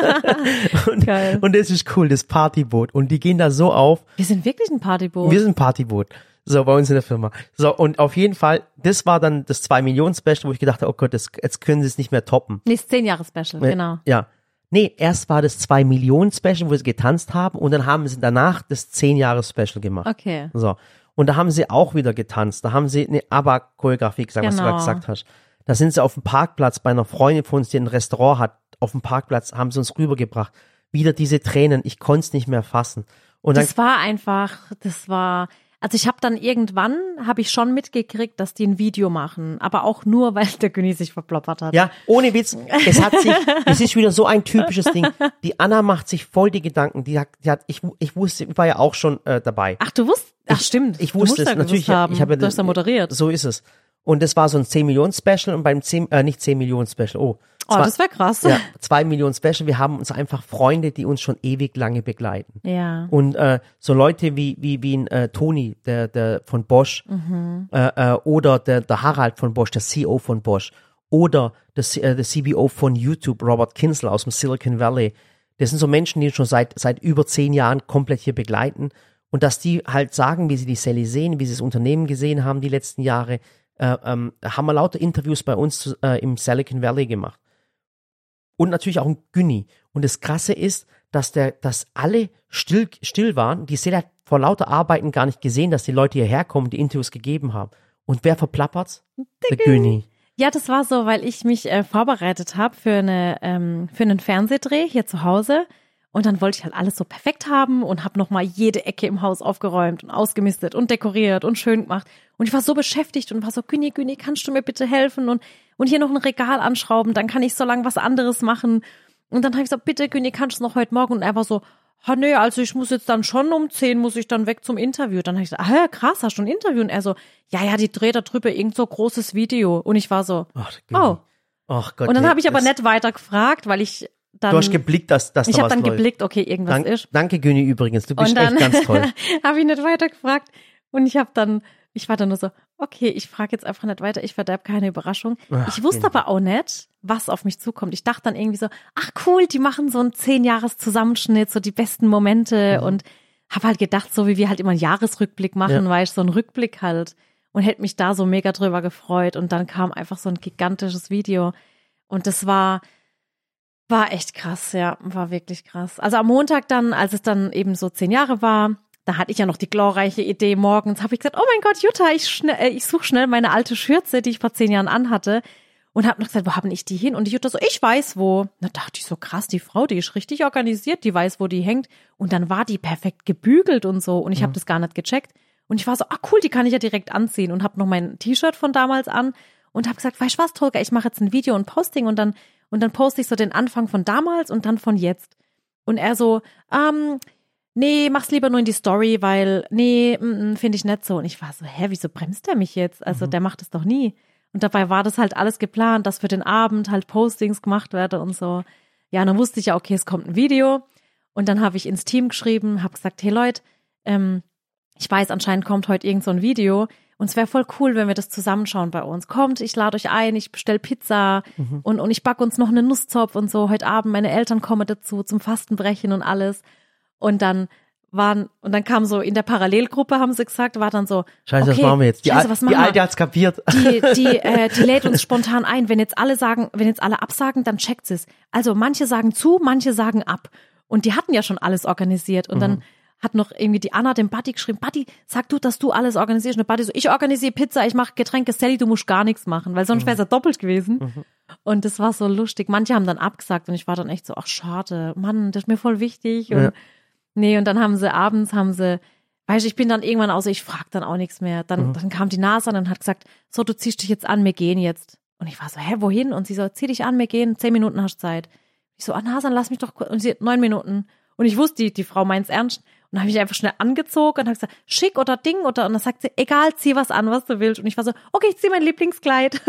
und, Geil. und das ist cool, das Partyboot. Und die gehen da so auf. Wir sind wirklich ein Partyboot. Wir sind ein Partyboot. So, bei uns in der Firma. So, und auf jeden Fall, das war dann das zwei Millionen Special, wo ich gedacht habe, oh Gott, das, jetzt können sie es nicht mehr toppen. Nee, das zehn Jahre Special, genau. Ja. Nee, erst war das zwei Millionen Special, wo sie getanzt haben und dann haben sie danach das zehn Jahre Special gemacht. Okay. So. Und da haben sie auch wieder getanzt. Da haben sie eine ABBA-Choreografie gesagt, Genau. was du gerade gesagt hast. Da sind sie auf dem Parkplatz bei einer Freundin von uns, die ein Restaurant hat, auf dem Parkplatz, haben sie uns rübergebracht. Wieder diese Tränen, ich konnte es nicht mehr fassen. Und dann, Das war einfach, das war, also ich habe dann irgendwann, habe ich schon mitgekriegt, dass die ein Video machen, aber auch nur, weil der Günni sich verploppert hat. ja, ohne Witz, es hat sich, es ist wieder so ein typisches Ding. Die Anna macht sich voll die Gedanken, die hat, die hat ich, ich wusste, ich war ja auch schon äh, dabei. Ach, du wusstest, ach stimmt. Ich wusste es, ja natürlich, haben. ich habe ja, du hast ja moderiert. So ist es. Und das war so ein zehn Millionen Special und beim zehn, äh, nicht zehn Millionen Special, oh. Oh, Zwei, das wäre krass. Ja, zwei Millionen Special. Wir haben uns einfach Freunde, die uns schon ewig lange begleiten. Ja. Und äh, so Leute wie wie wie ein äh, Toni, der der von Bosch, Mhm. äh, äh, oder der der Harald von Bosch, der C E O von Bosch, oder der, C- äh, der C B O von YouTube, Robert Kinsler aus dem Silicon Valley. Das sind so Menschen, die uns schon seit seit über zehn Jahren komplett hier begleiten. Und dass die halt sagen, wie sie die Sally sehen, wie sie das Unternehmen gesehen haben die letzten Jahre, äh, ähm, haben wir lauter Interviews bei uns äh, im Silicon Valley gemacht. Und natürlich auch ein Günni. Und das Krasse ist, dass der, dass alle still, still waren. Die Sally hat vor lauter Arbeiten gar nicht gesehen, dass die Leute hierher kommen, die Interviews gegeben haben. Und wer verplappert's? Der Günni. Ja, das war so, weil ich mich äh, vorbereitet habe für eine ähm, für einen Fernsehdreh hier zu Hause. Und dann wollte ich halt alles so perfekt haben und habe nochmal jede Ecke im Haus aufgeräumt und ausgemistet und dekoriert und schön gemacht. Und ich war so beschäftigt und war so, Güni, Güni, kannst du mir bitte helfen? Und, und hier noch ein Regal anschrauben, dann kann ich so lange was anderes machen. Und dann habe ich gesagt, bitte, Güni, kannst du noch heute Morgen? Und er war so, ha, nee, also ich muss jetzt dann schon um zehn, muss ich dann weg zum Interview. Dann habe ich gesagt, ah, krass, hast du ein Interview? Und er so, ja, ja, die dreht da drüber irgend so großes Video. Und ich war so, Ach, oh. Ach Gott, und dann nee, habe ich aber das- nicht weiter gefragt, weil ich dann... Du hast geblickt, dass, dass Ich da habe was dann läuft. geblickt, okay, irgendwas Dank, ist. Danke, Güni, übrigens. Du bist Und dann echt ganz toll. habe ich nicht weiter gefragt. Und ich habe dann, ich war dann nur so, okay, ich frage jetzt einfach nicht weiter, ich verderb keine Überraschung. Ach, ich wusste Güni. aber auch nicht, was auf mich zukommt. Ich dachte dann irgendwie so, ach cool, die machen so einen zehn-Jahres-Zusammenschnitt, so die besten Momente. Mhm. Und habe halt gedacht, so wie wir halt immer einen Jahresrückblick machen, Ja. weil ich so einen Rückblick halt. Und hätte mich da so mega drüber gefreut. Und dann kam einfach so ein gigantisches Video. Und das war... War echt krass, ja, war wirklich krass. Also am Montag dann, als es dann eben so zehn Jahre war, da hatte ich ja noch die glorreiche Idee morgens, habe ich gesagt, oh mein Gott, Jutta, ich, schnell, äh, ich suche schnell meine alte Schürze, die ich vor zehn Jahren anhatte und habe noch gesagt, wo haben ich die hin? Und die Jutta so, ich weiß wo. Da dachte ich so, krass, die Frau, die ist richtig organisiert, die weiß, wo die hängt. Und dann war die perfekt gebügelt und so und ich habe das gar nicht gecheckt. Und ich war so, ah cool, die kann ich ja direkt anziehen und habe noch mein T-Shirt von damals an und habe gesagt, weißt du was, Tolga, ich mache jetzt ein Video und Posting und dann Und dann poste ich so den Anfang von damals und dann von jetzt. Und er so, ähm, nee, mach's lieber nur in die Story, weil, nee, finde ich nicht so. Und ich war so, hä, wieso bremst der mich jetzt? Also Mhm. der macht das doch nie. Und dabei war das halt alles geplant, dass für den Abend halt Postings gemacht werden und so. Ja, und dann wusste ich ja, okay, es kommt ein Video. Und dann habe ich ins Team geschrieben, habe gesagt, hey Leute, ähm, ich weiß, anscheinend kommt heute irgend so ein Video. Und es wäre voll cool, wenn wir das zusammenschauen bei uns. Kommt, ich lade euch ein, ich bestell Pizza Mhm. und, und ich backe uns noch einen Nusszopf und so. Heute Abend, meine Eltern kommen dazu zum Fastenbrechen und alles. Und dann waren, und dann kam so in der Parallelgruppe, haben sie gesagt, war dann so, Scheiße, okay, was machen wir jetzt? Die, Scheiße, Al- was die machen wir? Alte hat's kapiert. Die, die, äh, die lädt uns spontan ein. Wenn jetzt alle sagen, wenn jetzt alle absagen, dann checkt sie es. Also manche sagen zu, manche sagen ab. Und die hatten ja schon alles organisiert. Und Mhm. dann hat noch irgendwie die Anna dem Buddy geschrieben, Buddy, sag du, dass du alles organisierst. Und der Buddy so, ich organisiere Pizza, ich mache Getränke, Sally, du musst gar nichts machen, weil sonst wäre es ja doppelt gewesen. Mhm. Und das war so lustig. Manche haben dann abgesagt und ich war dann echt so, ach schade, Mann, das ist mir voll wichtig. Und Ja. nee, und dann haben sie abends, haben sie, weißt du, ich bin dann irgendwann außer, ich frag dann auch nichts mehr. Dann, Mhm. dann kam die Nase an und hat gesagt, so, du ziehst dich jetzt an, wir gehen jetzt. Und ich war so, hä, wohin? Und sie so, zieh dich an, wir gehen, zehn Minuten hast Zeit. Ich so, ah, Nasan, lass mich doch kurz. Und sie hat neun Minuten. Und ich wusste, die, die Frau meint's ernst. Und dann habe ich einfach schnell angezogen und habe gesagt, schick oder Ding oder, und dann sagt sie, egal, zieh was an, was du willst. Und ich war so, okay, ich zieh mein Lieblingskleid.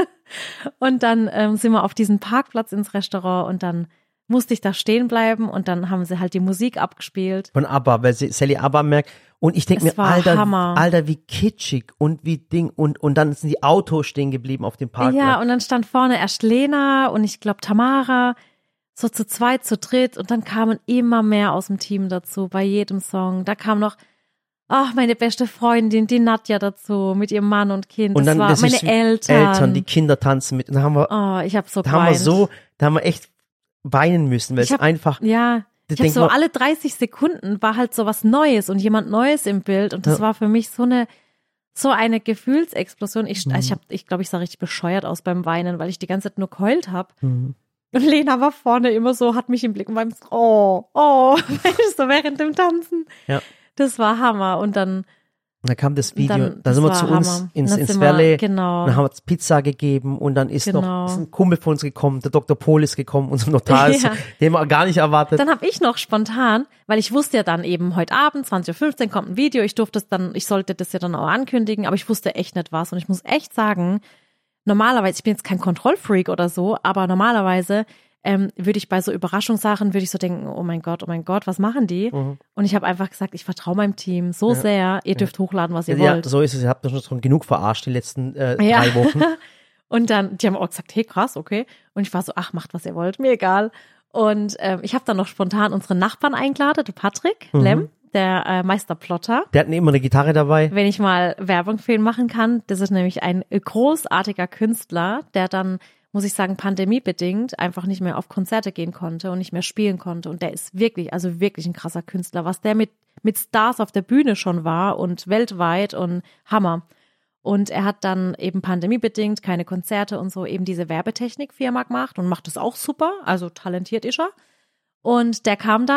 Und dann ähm, sind wir auf diesen Parkplatz ins Restaurant und dann musste ich da stehen bleiben und dann haben sie halt die Musik abgespielt. Von ABBA, weil sie Sally ABBA merkt. Und ich denke Es mir, war Alter, Hammer. Alter, wie kitschig und wie Ding. Und, und dann sind die Autos stehen geblieben auf dem Parkplatz. Ja, und dann stand vorne erst Lena und ich glaube Tamara, so zu zweit, zu dritt und dann kamen immer mehr aus dem Team dazu, bei jedem Song. Da kam noch, ach, meine beste Freundin, die Nadja dazu, mit ihrem Mann und Kind. Und Das dann war das meine ist Eltern. Eltern, die Kinder tanzen mit. Und da haben wir, Oh, ich habe so da haben wir geweint. so, da haben wir echt weinen müssen, weil Ich es hab- einfach, Ja, Da ich habe denk so mal- alle dreißig Sekunden war halt so was Neues und jemand Neues im Bild und das Ja. war für mich so eine so eine Gefühlsexplosion. Ich Mhm. also ich habe ich glaube, ich sah richtig bescheuert aus beim Weinen, weil ich die ganze Zeit nur geheult habe. Mhm. Und Lena war vorne immer so, hat mich im Blick und war immer so, oh, oh, weißt du, so während dem Tanzen. Ja. Das war Hammer und dann Und dann kam das Video, Dann- dann, das sind wir war zu uns Hammer. ins, Dann ins sind wir- Valley, genau. dann haben wir uns Pizza gegeben und dann ist Genau. noch ist ein Kumpel von uns gekommen, der Doktor Pohl ist gekommen, unser Notar, ist, Ja. den wir gar nicht erwartet. Dann habe ich noch spontan, weil ich wusste ja dann eben heute Abend, zwanzig Uhr fünfzehn kommt ein Video, ich durfte es dann, ich sollte das ja dann auch ankündigen, aber ich wusste echt nicht was und ich muss echt sagen, normalerweise, ich bin jetzt kein Kontrollfreak oder so, aber normalerweise ähm, würde ich bei so Überraschungssachen, würde ich so denken, oh mein Gott, oh mein Gott, was machen die? Mhm. Und ich habe einfach gesagt, ich vertraue meinem Team so Ja. sehr, ihr dürft hochladen, was ihr ja, wollt. so ist es, ihr habt uns schon genug verarscht die letzten äh, Ja. drei Wochen. Und dann, die haben auch gesagt, hey krass, okay. Und ich war so, ach, macht was ihr wollt, mir egal. Und ähm, ich habe dann noch spontan unseren Nachbarn eingeladen, der Patrick Mhm. Lem, der äh, Meisterplotter. Der hat immer eine Gitarre dabei. Wenn ich mal Werbung für ihn machen kann, das ist nämlich ein großartiger Künstler, der dann, muss ich sagen, pandemiebedingt einfach nicht mehr auf Konzerte gehen konnte und nicht mehr spielen konnte. Und der ist wirklich, also wirklich ein krasser Künstler, was der mit, mit Stars auf der Bühne schon war und weltweit und Hammer. Und er hat dann eben pandemiebedingt keine Konzerte und so eben diese Werbetechnikfirma gemacht und macht das auch super, also talentiert ist er. Und der kam dann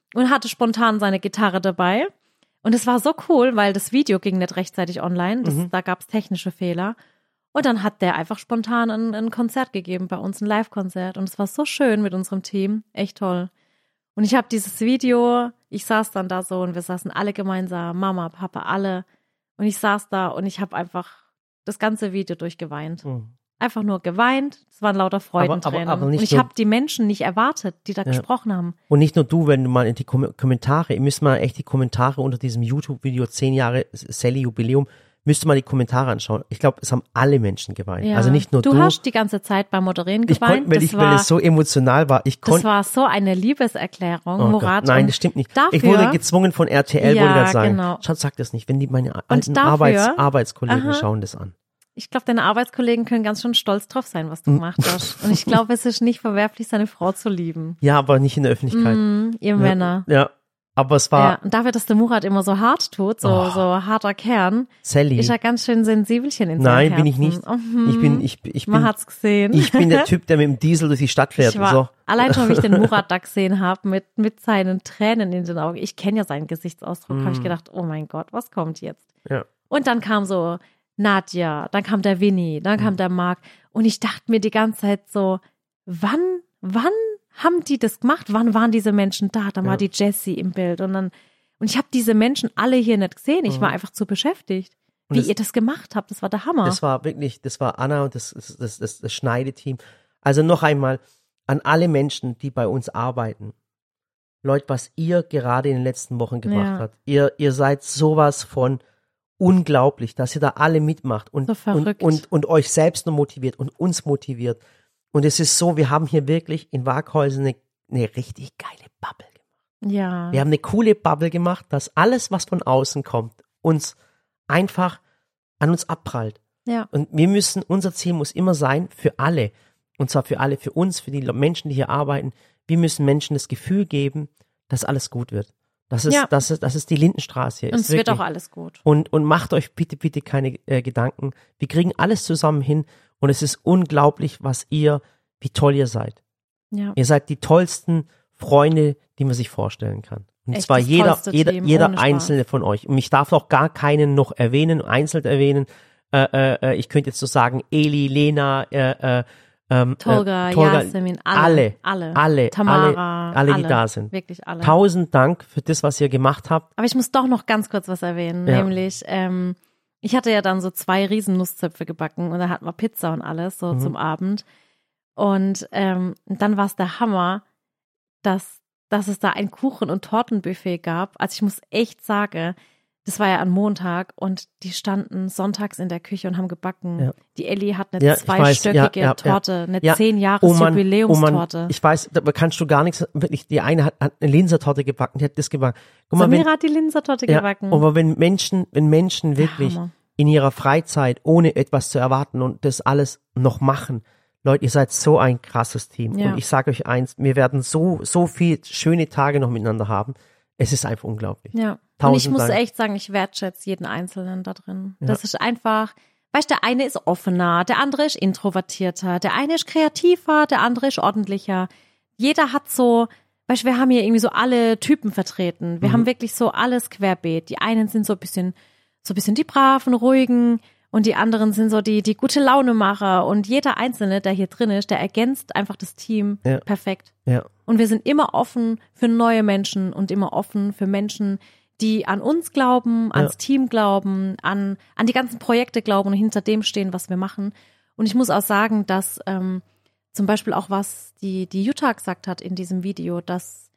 und hatte spontan seine Gitarre dabei. Und es war so cool, weil das Video ging nicht rechtzeitig online. Das, mhm. Da gab es technische Fehler. Und dann hat der einfach spontan ein, ein Konzert gegeben bei uns, ein Live-Konzert. Und es war so schön mit unserem Team. Echt toll. Und ich habe dieses Video, ich saß dann da so und wir saßen alle gemeinsam, Mama, Papa, alle. Und ich saß da und ich habe einfach das ganze Video durchgeweint. Mhm. Einfach nur geweint. Es waren lauter Freudentränen. Aber, aber, aber und ich habe die Menschen nicht erwartet, die da ja. gesprochen haben. Und nicht nur du, wenn du mal in die Kom- Kommentare, ihr müsst mal echt die Kommentare unter diesem YouTube-Video zehn Jahre Sally-Jubiläum, müsst ihr mal die Kommentare anschauen. Ich glaube, es haben alle Menschen geweint. Ja. Also nicht nur du. Du hast die ganze Zeit beim Moderieren geweint. Ich konnte, weil, ich, war, weil es so emotional war. Ich konnt, das war so eine Liebeserklärung, oh Murat. Nein, das stimmt nicht. Dafür, ich wurde gezwungen von R T L, ja, wollte ich gerade sagen. Genau. Schatz, sag das nicht. Wenn die meine alten dafür, Arbeits, Arbeitskollegen aha, schauen das an. Ich glaube, deine Arbeitskollegen können ganz schön stolz drauf sein, was du gemacht hast. Und ich glaube, es ist nicht verwerflich, seine Frau zu lieben. Ja, aber nicht in der Öffentlichkeit. Mm, ihr ja, Männer. Ja, aber es war... Ja, und dafür, dass der Murat immer so hart tut, so, oh, so harter Kern, Sally. ist er ganz schön sensibelchen in seinem Nein, Herzen. bin ich nicht. Mhm. Ich bin, ich, ich bin, Man hat's gesehen. Ich bin der Typ, der mit dem Diesel durch die Stadt fährt. Ich war, so. Allein schon, wie ich den Murat da gesehen habe, mit, mit seinen Tränen in den Augen. Ich kenne ja seinen Gesichtsausdruck, mm. habe ich gedacht, oh mein Gott, was kommt jetzt? Ja. Und dann kam so Nadja, dann kam der Winnie, dann kam der Marc. Und ich dachte mir die ganze Zeit so, wann, wann haben die das gemacht? Wann waren diese Menschen da? Dann ja. war die Jessie im Bild. Und dann, und ich habe diese Menschen alle hier nicht gesehen. Ich mhm. war einfach zu beschäftigt. Und wie das, ihr das gemacht habt, das war der Hammer. Das war wirklich, das war Anna und das, das, das, das, das Schneideteam. Also noch einmal an alle Menschen, die bei uns arbeiten. Leute, was ihr gerade in den letzten Wochen gemacht ja. habt. Ihr, ihr seid sowas von unglaublich, dass ihr da alle mitmacht und, so und, und, und euch selbst nur motiviert und uns motiviert. Und es ist so, wir haben hier wirklich in Waghäusern eine, eine richtig geile Bubble gemacht. Ja. Wir haben eine coole Bubble gemacht, dass alles, was von außen kommt, uns einfach an uns abprallt. Ja. Und wir müssen, unser Ziel muss immer sein, für alle, und zwar für alle, für uns, für die Menschen, die hier arbeiten, wir müssen Menschen das Gefühl geben, dass alles gut wird. Das ist, ja. das ist, das ist die Lindenstraße hier. Und es wirklich. wird auch alles gut. Und, und macht euch bitte, bitte keine äh, Gedanken. Wir kriegen alles zusammen hin und es ist unglaublich, was ihr, wie toll ihr seid. Ja. Ihr seid die tollsten Freunde, die man sich vorstellen kann. Und echt zwar jeder, jeder, Team, jeder einzelne von euch. Und ich darf auch gar keinen noch erwähnen, einzeln erwähnen. Äh, äh, ich könnte jetzt so sagen, Eli, Lena, äh, äh, Ähm, Tolga, äh, Tolga, Yasemin, alle, alle, alle, alle, Tamara, alle, alle, die alle, da sind. Wirklich alle. Tausend Dank für das, was ihr gemacht habt. Aber ich muss doch noch ganz kurz was erwähnen, ja. nämlich, ähm, ich hatte ja dann so zwei riesen Nusszöpfe gebacken und da hatten wir Pizza und alles so mhm. zum Abend. Und ähm, dann war es der Hammer, dass, dass es da ein Kuchen- und Tortenbuffet gab. Also ich muss echt sagen, das war ja am Montag und die standen sonntags in der Küche und haben gebacken. Ja. Die Elli hat eine ja, zweistöckige ja, ja, Torte, ja. eine ja. zehn-Jahres-Jubiläumstorte. Oh, ich weiß, da kannst du gar nichts, wirklich, die eine hat, hat eine Linsertorte gebacken, die hat das gebacken. Guck mal, Samira wenn, hat die Linsertorte ja, gebacken. Aber wenn Menschen, wenn Menschen wirklich in ihrer Freizeit, ohne etwas zu erwarten und das alles noch machen, Leute, ihr seid so ein krasses Team. Ja. Und ich sage euch eins, wir werden so, so viele schöne Tage noch miteinander haben. Es ist einfach unglaublich. Ja. Und ich muss Dank. echt sagen, ich wertschätze jeden Einzelnen da drin. Ja. Das ist einfach, weißt du, der eine ist offener, der andere ist introvertierter, der eine ist kreativer, der andere ist ordentlicher. Jeder hat so, weißt du, wir haben hier irgendwie so alle Typen vertreten. Wir mhm. haben wirklich so alles querbeet. Die einen sind so ein bisschen, so ein bisschen die braven, ruhigen und die anderen sind so die, die gute Launemacher. Und jeder Einzelne, der hier drin ist, der ergänzt einfach das Team ja. perfekt. Ja. Und wir sind immer offen für neue Menschen und immer offen für Menschen, die an uns glauben, ans ja. Team glauben, an, an die ganzen Projekte glauben und hinter dem stehen, was wir machen. Und ich muss auch sagen, dass ähm, zum Beispiel auch was die, die Jutta gesagt hat in diesem Video, dass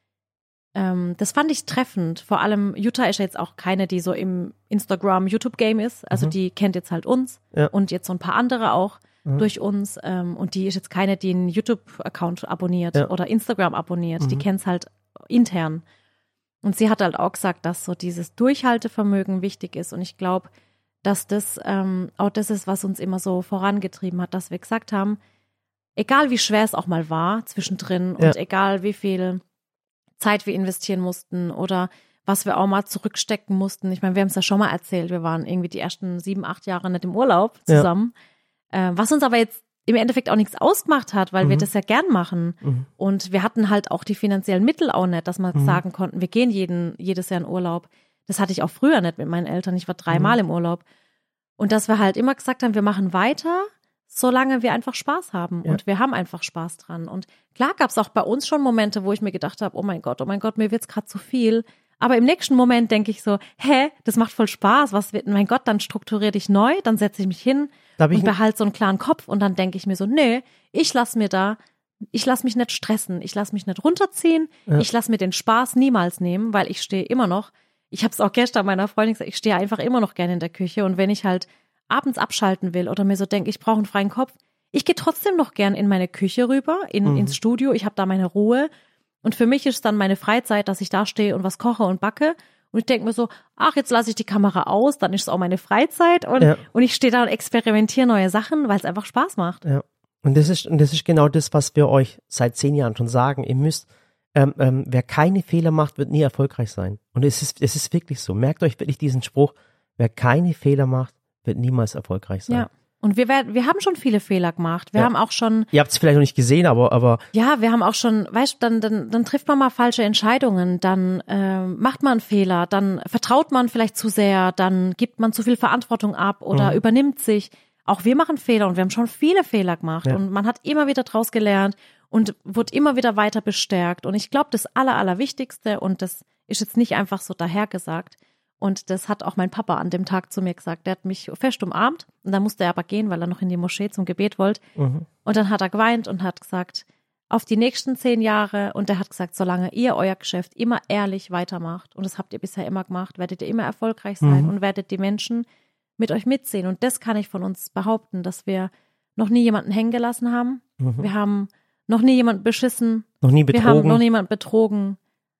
ähm, das fand ich treffend. Vor allem Jutta ist ja jetzt auch keine, die so im Instagram-YouTube-Game ist. Also mhm. die kennt jetzt halt uns ja. und jetzt so ein paar andere auch mhm. durch uns. Ähm, und die ist jetzt keine, die einen YouTube-Account abonniert ja. oder Instagram abonniert. Mhm. Die kennt es halt intern. Und sie hat halt auch gesagt, dass so dieses Durchhaltevermögen wichtig ist. Und ich glaube, dass das ähm, auch das ist, was uns immer so vorangetrieben hat, dass wir gesagt haben, egal wie schwer es auch mal war zwischendrin ja. und egal wie viel Zeit wir investieren mussten oder was wir auch mal zurückstecken mussten. Ich meine, wir haben es ja schon mal erzählt, wir waren irgendwie die ersten sieben, acht Jahre nicht im Urlaub zusammen. Ja. Äh, was uns aber jetzt im Endeffekt auch nichts ausgemacht hat, weil Mhm. wir das ja gern machen. Mhm. Und wir hatten halt auch die finanziellen Mittel auch nicht, dass wir Mhm. sagen konnten, wir gehen jeden, jedes Jahr in Urlaub. Das hatte ich auch früher nicht mit meinen Eltern. Ich war dreimal Mhm. im Urlaub. Und dass wir halt immer gesagt haben, wir machen weiter, solange wir einfach Spaß haben. Ja. Und wir haben einfach Spaß dran. Und klar gab es auch bei uns schon Momente, wo ich mir gedacht habe, oh mein Gott, oh mein Gott, mir wird's gerade zu viel. Aber im nächsten Moment denke ich so, hä, das macht voll Spaß. Was wird, mein Gott, dann strukturiere dich neu, dann setze ich mich hin Da hab ich und behalte so einen klaren Kopf. Und dann denke ich mir so, nee, ich lass mir da, ich lass mich nicht stressen, ich lass mich nicht runterziehen, Ja. ich lass mir den Spaß niemals nehmen, weil ich stehe immer noch, ich habe es auch gestern meiner Freundin gesagt, ich stehe einfach immer noch gerne in der Küche. Und wenn ich halt abends abschalten will oder mir so denke, ich brauche einen freien Kopf, ich gehe trotzdem noch gern in meine Küche rüber, in, Mhm. ins Studio, ich habe da meine Ruhe und für mich ist dann meine Freizeit, dass ich da stehe und was koche und backe und ich denke mir so, ach, jetzt lasse ich die Kamera aus, dann ist es auch meine Freizeit und, Ja. und ich stehe da und experimentiere neue Sachen, weil es einfach Spaß macht. Ja. Und das ist, und das ist genau das, was wir euch seit zehn Jahren schon sagen. Ihr müsst, ähm, ähm, wer keine Fehler macht, wird nie erfolgreich sein. Und es ist, es ist wirklich so. Merkt euch wirklich diesen Spruch, wer keine Fehler macht, wird niemals erfolgreich sein. Ja. Und wir werden, wir haben schon viele Fehler gemacht. Wir Ja. haben auch schon Ihr habt es vielleicht noch nicht gesehen, aber, aber Ja, wir haben auch schon, weißt du, dann, dann, dann trifft man mal falsche Entscheidungen, dann ähm, macht man einen Fehler, dann vertraut man vielleicht zu sehr, dann gibt man zu viel Verantwortung ab oder Mhm. übernimmt sich. Auch wir machen Fehler und wir haben schon viele Fehler gemacht Ja. und man hat immer wieder draus gelernt und wird immer wieder weiter bestärkt. Und ich glaube, das Aller, Allerwichtigste, und das ist jetzt nicht einfach so dahergesagt, und das hat auch mein Papa an dem Tag zu mir gesagt. Der hat mich fest umarmt und dann musste er aber gehen, weil er noch in die Moschee zum Gebet wollte. mhm. Und dann hat er geweint und hat gesagt, auf die nächsten zehn Jahre, und er hat gesagt, solange ihr euer Geschäft immer ehrlich weitermacht, und das habt ihr bisher immer gemacht, werdet ihr immer erfolgreich sein Mhm. und werdet die Menschen mit euch mitziehen. Und das kann ich von uns behaupten, dass wir noch nie jemanden hängen gelassen haben. Mhm. Wir haben noch nie jemanden beschissen. noch nie Wir haben noch betrogen. nie jemanden betrogen.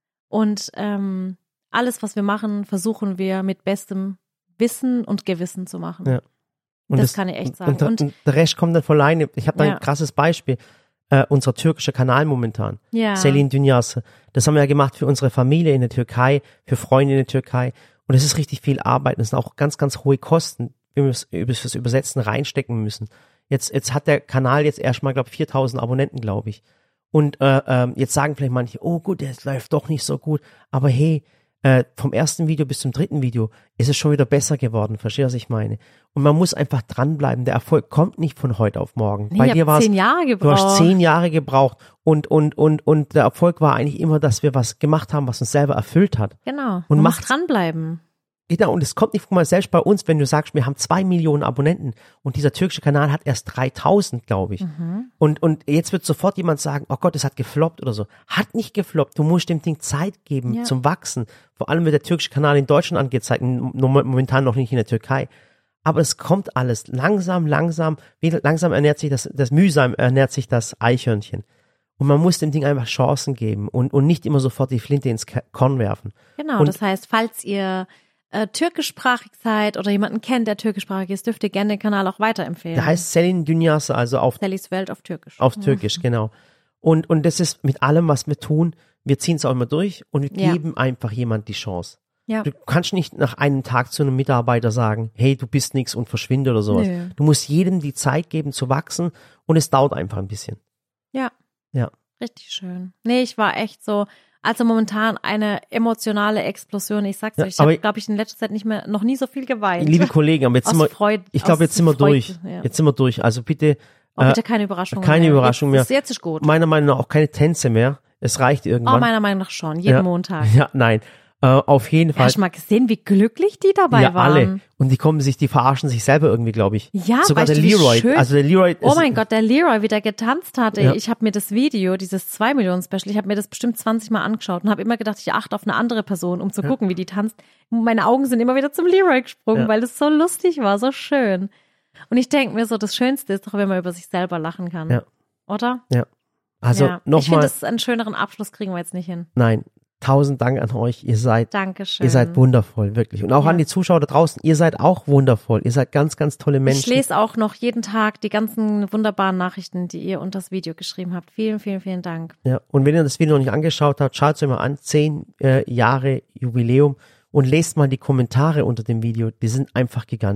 Und ähm, alles, was wir machen, versuchen wir mit bestem Wissen und Gewissen zu machen. Ja. Und Das kann ich echt sagen. Und, der- Und- und der Rest kommt dann von alleine. Ich habe da Ja. ein krasses Beispiel. Äh, unser türkischer Kanal momentan. Ja. Selin Dünyası. Das haben wir ja gemacht für unsere Familie in der Türkei, für Freunde in der Türkei. Und es ist richtig viel Arbeit. Das sind auch ganz, ganz hohe Kosten, wie wir es über das Übersetzen reinstecken müssen. Jetzt, jetzt hat der Kanal jetzt erstmal, glaube ich, viertausend Abonnenten, glaube ich. Und äh, ähm, jetzt sagen vielleicht manche, oh gut, das läuft doch nicht so gut. Aber hey, äh, vom ersten Video bis zum dritten Video ist es schon wieder besser geworden. Verstehst du, was ich meine? Und man muss einfach dranbleiben. Der Erfolg kommt nicht von heute auf morgen. Nee, Bei ich dir hab war es zehn Jahre Du gebraucht. hast zehn Jahre gebraucht und, und, und, und der Erfolg war eigentlich immer, dass wir was gemacht haben, was uns selber erfüllt hat. Genau. Und Man muss macht's- dranbleiben. Genau, und es kommt nicht, guck mal, selbst bei uns, wenn du sagst, wir haben zwei Millionen Abonnenten und dieser türkische Kanal hat erst dreitausend, glaube ich. Mhm. Und, und jetzt wird sofort jemand sagen, oh Gott, es hat gefloppt oder so. Hat nicht gefloppt, du musst dem Ding Zeit geben Ja. zum Wachsen. Vor allem wird der türkische Kanal in Deutschland angezeigt, n- momentan noch nicht in der Türkei. Aber es kommt alles langsam, langsam, wie langsam ernährt sich das, das mühsam ernährt sich das Eichhörnchen. Und man muss dem Ding einfach Chancen geben und, und nicht immer sofort die Flinte ins Ke- Korn werfen. Genau, Und- das heißt, falls ihr äh, türkischsprachig seid oder jemanden kennt, der türkischsprachig ist, dürft ihr gerne den Kanal auch weiterempfehlen. Der heißt Selin Dünyası, also auf, Sallys Welt auf Türkisch. auf Türkisch, genau. Und, und das ist mit allem, was wir tun, wir ziehen es auch immer durch und wir Ja. geben einfach jemand die Chance. Ja. Du kannst nicht nach einem Tag zu einem Mitarbeiter sagen, hey, du bist nix und verschwinde oder sowas. Nö. Du musst jedem die Zeit geben zu wachsen und es dauert einfach ein bisschen. Ja. Ja. Richtig schön. Nee, ich war echt so, also momentan eine emotionale Explosion. Ich sag's Ja, euch, ich aber- habe, glaube ich, in letzter Zeit nicht mehr, noch nie so viel geweint. Liebe Kollegen, aber jetzt Aus sind wir, Freude. ich glaube, aus jetzt sind wir Freude, durch. Ja. Jetzt sind wir durch. Also bitte, Oh, bitte äh, keine Überraschung keine mehr. Überraschung jetzt, mehr. Ist, jetzt ist gut. meiner Meinung nach auch keine Tänze mehr. Es reicht Oh, irgendwann. meiner Meinung nach schon. Jeden Ja. Montag. Ja, nein. Äh, auf jeden Fall. Hast du mal gesehen, wie glücklich die dabei Ja, waren? alle. Und die kommen sich, die verarschen sich selber irgendwie, glaube ich. Ja, Sogar weißt der du, wie Leroy. schön- Also der Leroy Oh ist, mein Gott, der Leroy, wie der getanzt hat. Ey. Ja. Ich habe mir das Video, dieses zwei Millionen Special, ich habe mir das bestimmt zwanzig Mal angeschaut und habe immer gedacht, ich achte auf eine andere Person, um zu gucken, wie die tanzt. Meine Augen sind immer wieder zum Leroy gesprungen, Ja. weil das so lustig war, so schön. Und ich denke mir so, das Schönste ist doch, wenn man über sich selber lachen kann. Ja. Oder? Also ja. Ich finde, nochmal, das einen schöneren Abschluss kriegen wir jetzt nicht hin. nein, tausend Dank an euch. Ihr seid, Dankeschön. ihr seid wundervoll, wirklich. Und auch Ja. an die Zuschauer da draußen. Ihr seid auch wundervoll. Ihr seid ganz, ganz tolle Ich Menschen. lese auch noch jeden Tag die ganzen wunderbaren Nachrichten, die ihr unter das Video geschrieben habt. Vielen, vielen, vielen Dank. Ja. Und wenn ihr das Video noch nicht angeschaut habt, schaut es euch mal an. Zehn äh, Jahre Jubiläum und lest mal die Kommentare unter dem Video. Die sind einfach gigantisch.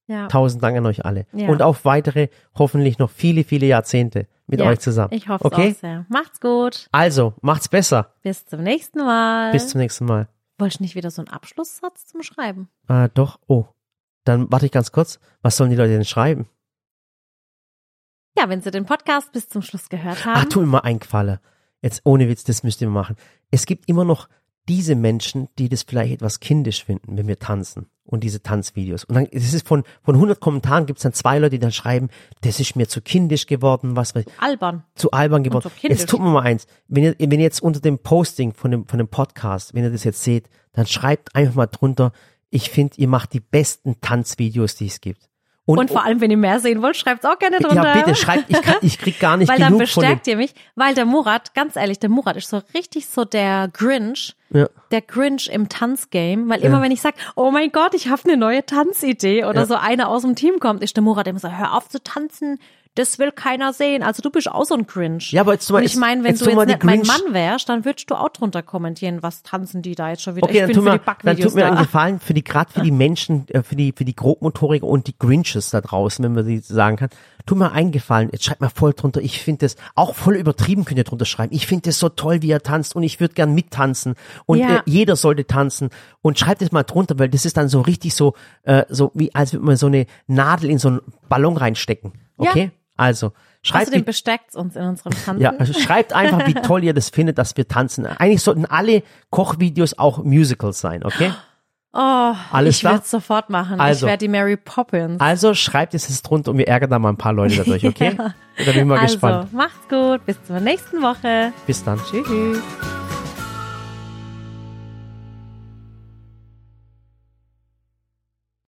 Ja. Tausend Dank an euch alle. Ja. Und auf weitere, hoffentlich noch viele, viele Jahrzehnte mit Ja, euch zusammen. Ich hoffe okay? auch sehr. Macht's gut. Also, macht's besser. Bis zum nächsten Mal. Bis zum nächsten Mal. Wollte ich nicht wieder so einen Abschlusssatz zum Schreiben? Ah, doch. Oh. Dann warte ich ganz kurz. Was sollen die Leute denn schreiben? Ja, wenn Sie den Podcast bis zum Schluss gehört haben. Ach, tu mir mal einen Gefallen. Jetzt ohne Witz, das müsst ihr machen. Es gibt immer noch diese Menschen, die das vielleicht etwas kindisch finden, wenn wir tanzen und diese Tanzvideos. Und dann es ist von von hundert Kommentaren gibt es dann zwei Leute, die dann schreiben, das ist mir zu kindisch geworden, was weiß ich. Albern. Zu albern geworden. Und so kindisch. Jetzt tut mir mal eins, wenn ihr, wenn ihr jetzt unter dem Posting von dem, von dem Podcast, wenn ihr das jetzt seht, dann schreibt einfach mal drunter, ich finde, ihr macht die besten Tanzvideos, die es gibt. Und, und vor allem, wenn ihr mehr sehen wollt, schreibt's auch gerne drunter. Ja, bitte, schreibt, ich, kann, ich krieg gar nicht weil genug dann von dem. bestärkt ihr mich, weil der Murat, ganz ehrlich, der Murat ist so richtig so der Grinch, Ja. der Grinch im Tanzgame, weil immer wenn ich sag, oh mein Gott, ich habe eine neue Tanzidee oder Ja. so einer aus dem Team kommt, ist der Murat immer so, hör auf zu tanzen, das will keiner sehen. Also du bist auch so ein Grinch. Ja, aber jetzt tu mal- Und ich meine, wenn jetzt du tu jetzt mal die nicht mein Grinch- Mann wärst, dann würdest du auch drunter kommentieren, was tanzen die da jetzt schon wieder. Okay, ich dann bin tut, für mir, die dann Backvideos tut mir einen da. Gefallen für die, gerade für die Menschen, äh, für die, für die Grobmotoriker und die Grinches da draußen, wenn man sie so sagen kann. Tut mir einen Gefallen, jetzt schreibt mal voll drunter, ich finde das, auch voll übertrieben könnt ihr drunter schreiben, ich finde das so toll, wie er tanzt und ich würde gern mittanzen und Ja. äh, jeder sollte tanzen und schreibt es mal drunter, weil das ist dann so richtig so, äh, so wie, als würde man so eine Nadel in so einen Ballon reinstecken. Okay? Also, schreibt Außerdem die, bestärkt's uns in unserem Tanzen. ja, also schreibt einfach, wie toll ihr das findet, dass wir tanzen. Eigentlich sollten alle Kochvideos auch Musicals sein, okay? Oh, Alles ich klar? werde sofort machen. Also. Ich werde die Mary Poppins. Also schreibt es jetzt drunter und wir ärgern da mal ein paar Leute dadurch, okay? Da bin ich mal Also, gespannt. macht's gut. Bis zur nächsten Woche. Bis dann. Tschüss.